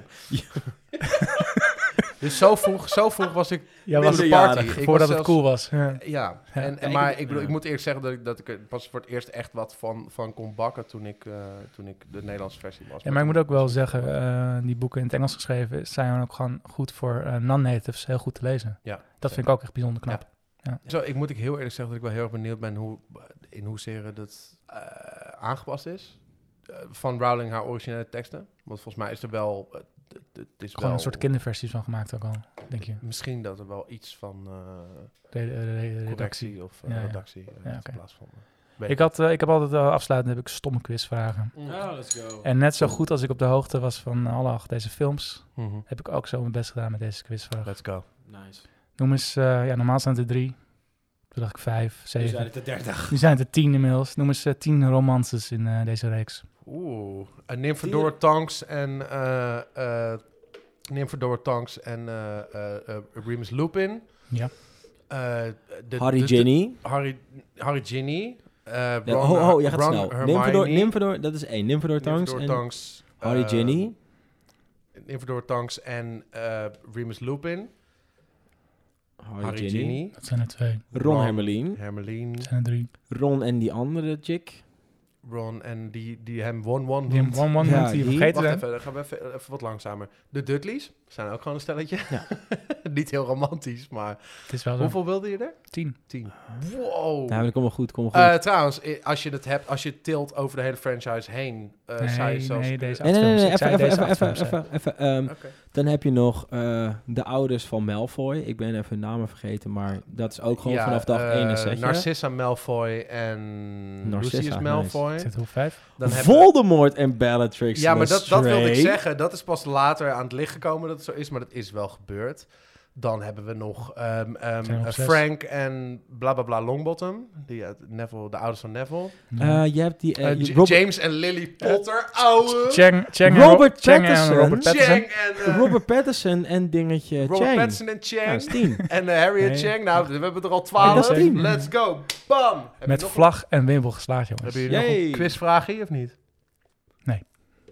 Dus zo vroeg, zo vroeg was ik Jij was de minderjarig, party. Ik voordat was het zelfs- cool was. Ja. Ja, en, en, Ja, ik- maar ik, bedoel, ja. ik moet eerlijk zeggen dat ik, dat ik er pas voor het eerst echt wat van, van kon bakken toen ik, eh, toen ik de Nederlandse versie was. Ja, maar ik moet ook wel zeggen, eh, die boeken in het Engels geschreven zijn ook gewoon goed voor eh, non-natives heel goed te lezen. Ja, Dat vind ik ook echt bijzonder knap. Zo, ik moet ik heel eerlijk zeggen dat ik wel heel erg benieuwd ben hoe, in hoeverre dat eh, aangepast is. eh, van Rowling haar originele teksten. Want volgens mij is er wel... eh, d- d- het is Gewoon wel een soort kinderversies van gemaakt ook al, denk je. Misschien dat er wel iets van eh, De, de, de- de redactie. correctie of eh, Ja, ja. redactie eh, Ja, heeft oké. plaatsgevonden. Weet Ik, had, eh, ik heb altijd uh, afsluitend heb ik stomme quizvragen. Oh, let's go. En net zo goed als ik op de hoogte was van alle acht deze films, Mhm. heb ik ook zo mijn best gedaan met deze quizvraag. Let's go. Nice. Noem eens, eh, ja, normaal zijn het er drie. Toen dacht ik vijf, Nu zeven. zijn het er dertig. Nu zijn het er tien inmiddels. Noem eens eh, tien romances in eh, deze reeks. Oeh. Uh, Nymphadora Tonks en... eh uh, Nymphadora Tonks en eh eh, eh, Remus Lupin. Ja. Eh, de- Harry de- de- Ginny. Harry, Harry Ginny. eh Ja, Ron, oh, oh, je gaat Ron, snel. Hermione, Nymphadora, Nymphadora, dat is één. Nymphadora Tonks Nymphadora en Tonks, Harry eh, Ginny. Nymphadora Tonks en eh Remus Lupin. Harry, Harry Ginny. Ginny. Dat zijn er twee. Ron, Ron. Hermeline. Hermeline. Dat zijn er drie. Ron en die andere chick. Ron en die, die hem One-One Die noemt. one one Ja, noemt die je die- vergeten Wacht bent. even, dan gaan we even, even wat langzamer. De Dudleys zijn ook gewoon een stelletje. Ja. Niet heel romantisch, maar... Het is wel zo. Hoeveel wilde je er? Tien. Tien. Wow. Ja, maar dat komt wel goed, komt wel Eh, goed. trouwens, i- als je het hebt, als je het tilt over de hele franchise heen, eh Nee, zou je zelfs... nee, deze nee, nee, nee, nee, films. Ik even, zei even, deze even, acht even, films, even, even, ehm, Oké. Dan heb je nog eh, de ouders van Malfoy. Ik ben even hun namen vergeten, maar dat is ook gewoon Ja, vanaf dag eh, één een setje. Narcissa Malfoy en Narcissa, Lucius nice. Malfoy. Zit er hoe vijf? Dan hebben we- Voldemort en Bellatrix Ja, maar dat, dat wilde ik Lestrange. zeggen. Dat is pas later aan het licht gekomen dat het zo is, maar dat is wel gebeurd. Dan hebben we nog ehm, ehm, Zijn er nog eh, zes? Frank en bla bla bla Longbottom. Die, uit Neville, de ouders van Neville. Eh, je hebt die... eh, Eh, je- J- Robert, James en Lily Potter, ouwe. Chang, Chang en Robert Ro- Chang en Pattinson. Robert Pattinson. Chang en... eh, Robert Pattinson en dingetje Robert Chang. Pattinson en Ja, dat Chang. is tien. En eh, Harry en Nee. Chang. Nou, we hebben er al Nee, twaalf. dat is tien. Let's go. Bam. Heb je Met nog- vlag en wimpel geslaagd, jongens. Hebben jullie nog Yay. een quizvraagje of niet? Nee.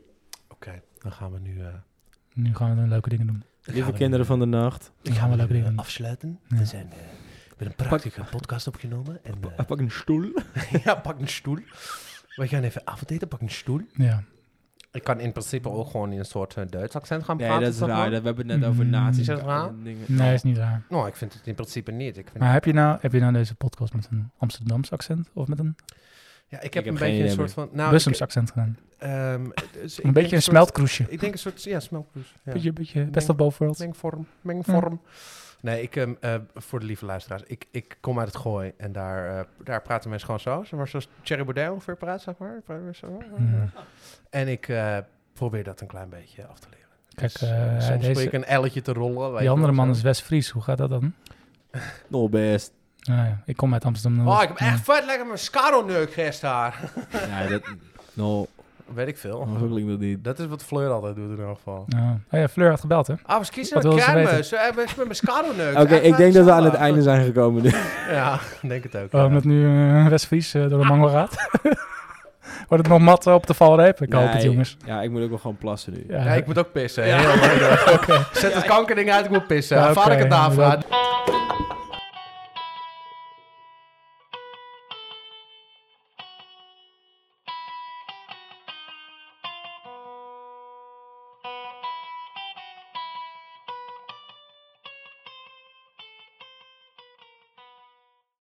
Oké, dan gaan we nu... eh, Nu gaan we dan leuke dingen doen. Lieve kinderen van de nacht. Nu gaan we leuke dingen doen. afsluiten. Ja. We zijn eh, met een prachtige podcast opgenomen. En, eh, Pak een stoel. ja, pak een stoel. We gaan even avondeten, pak een stoel. Ja. Ik kan in principe ook gewoon in een soort uh, Duits accent gaan Nee, praten. dat is toch raar. wel? Dat, we hebben het net over Mm. nazi's. Is dat en raar? dingen. Nee, is niet raar. Nou, ik vind het in principe niet. Ik, vind Maar heb je, nou, heb je nou deze podcast met een Amsterdams accent of met een ja, ik heb heb een geen beetje een idee soort van... Nou, Bussums ik, accent gedaan? ehm, dus ik Een denk beetje een soort- smeltkroesje. Ik denk een soort... Ja, smeltkroes. Ja. Beetje, beetje Meng- best of both worlds. Mengvorm. Mengvorm. Nee, ik, ehm, eh, voor de lieve luisteraars. Ik, ik kom uit het Gooi en daar, eh, daar praten mensen gewoon zo. Zeg maar zoals Thierry Baudet ongeveer praat, zeg maar. Zo. Mm. En ik eh, probeer dat een klein beetje af te leren. Kijk, Dus, eh, soms probeer deze, ik een elletje te rollen. weet die je andere wel, man zo. is West-Fries. Hoe gaat dat dan? Nog best. Ah, ja. Ik kom uit Amsterdam. Oh, ik heb echt vet lekker mijn Scaro-neuk gisteren. Ja, dat... No, Weet ik veel. oh, ik dat niet. Dat is wat Fleur altijd doet in ieder geval. Ja. Oh ja, Fleur had gebeld, hè? Ah, was kiezen Wat een wilde ze kermis. weten? Ze hebben met mijn Scaro-neuk. Oké, Echt ik denk dat we aan het gezellig. einde zijn gekomen nu. Ja, ik denk het ook. Oh, ja. omdat nu eh, West-Fries eh, door de mangel gaat. Wordt het nog mat eh, op de valreep? Ik hoop het, Nee, jongens. Ja, ik moet ook wel gewoon plassen nu. Ja, Ja, ik moet ook pissen. Heel leuk. Zet het kankerding uit, ik moet pissen. Ja, Vader oké, Kadavra. inderdaad.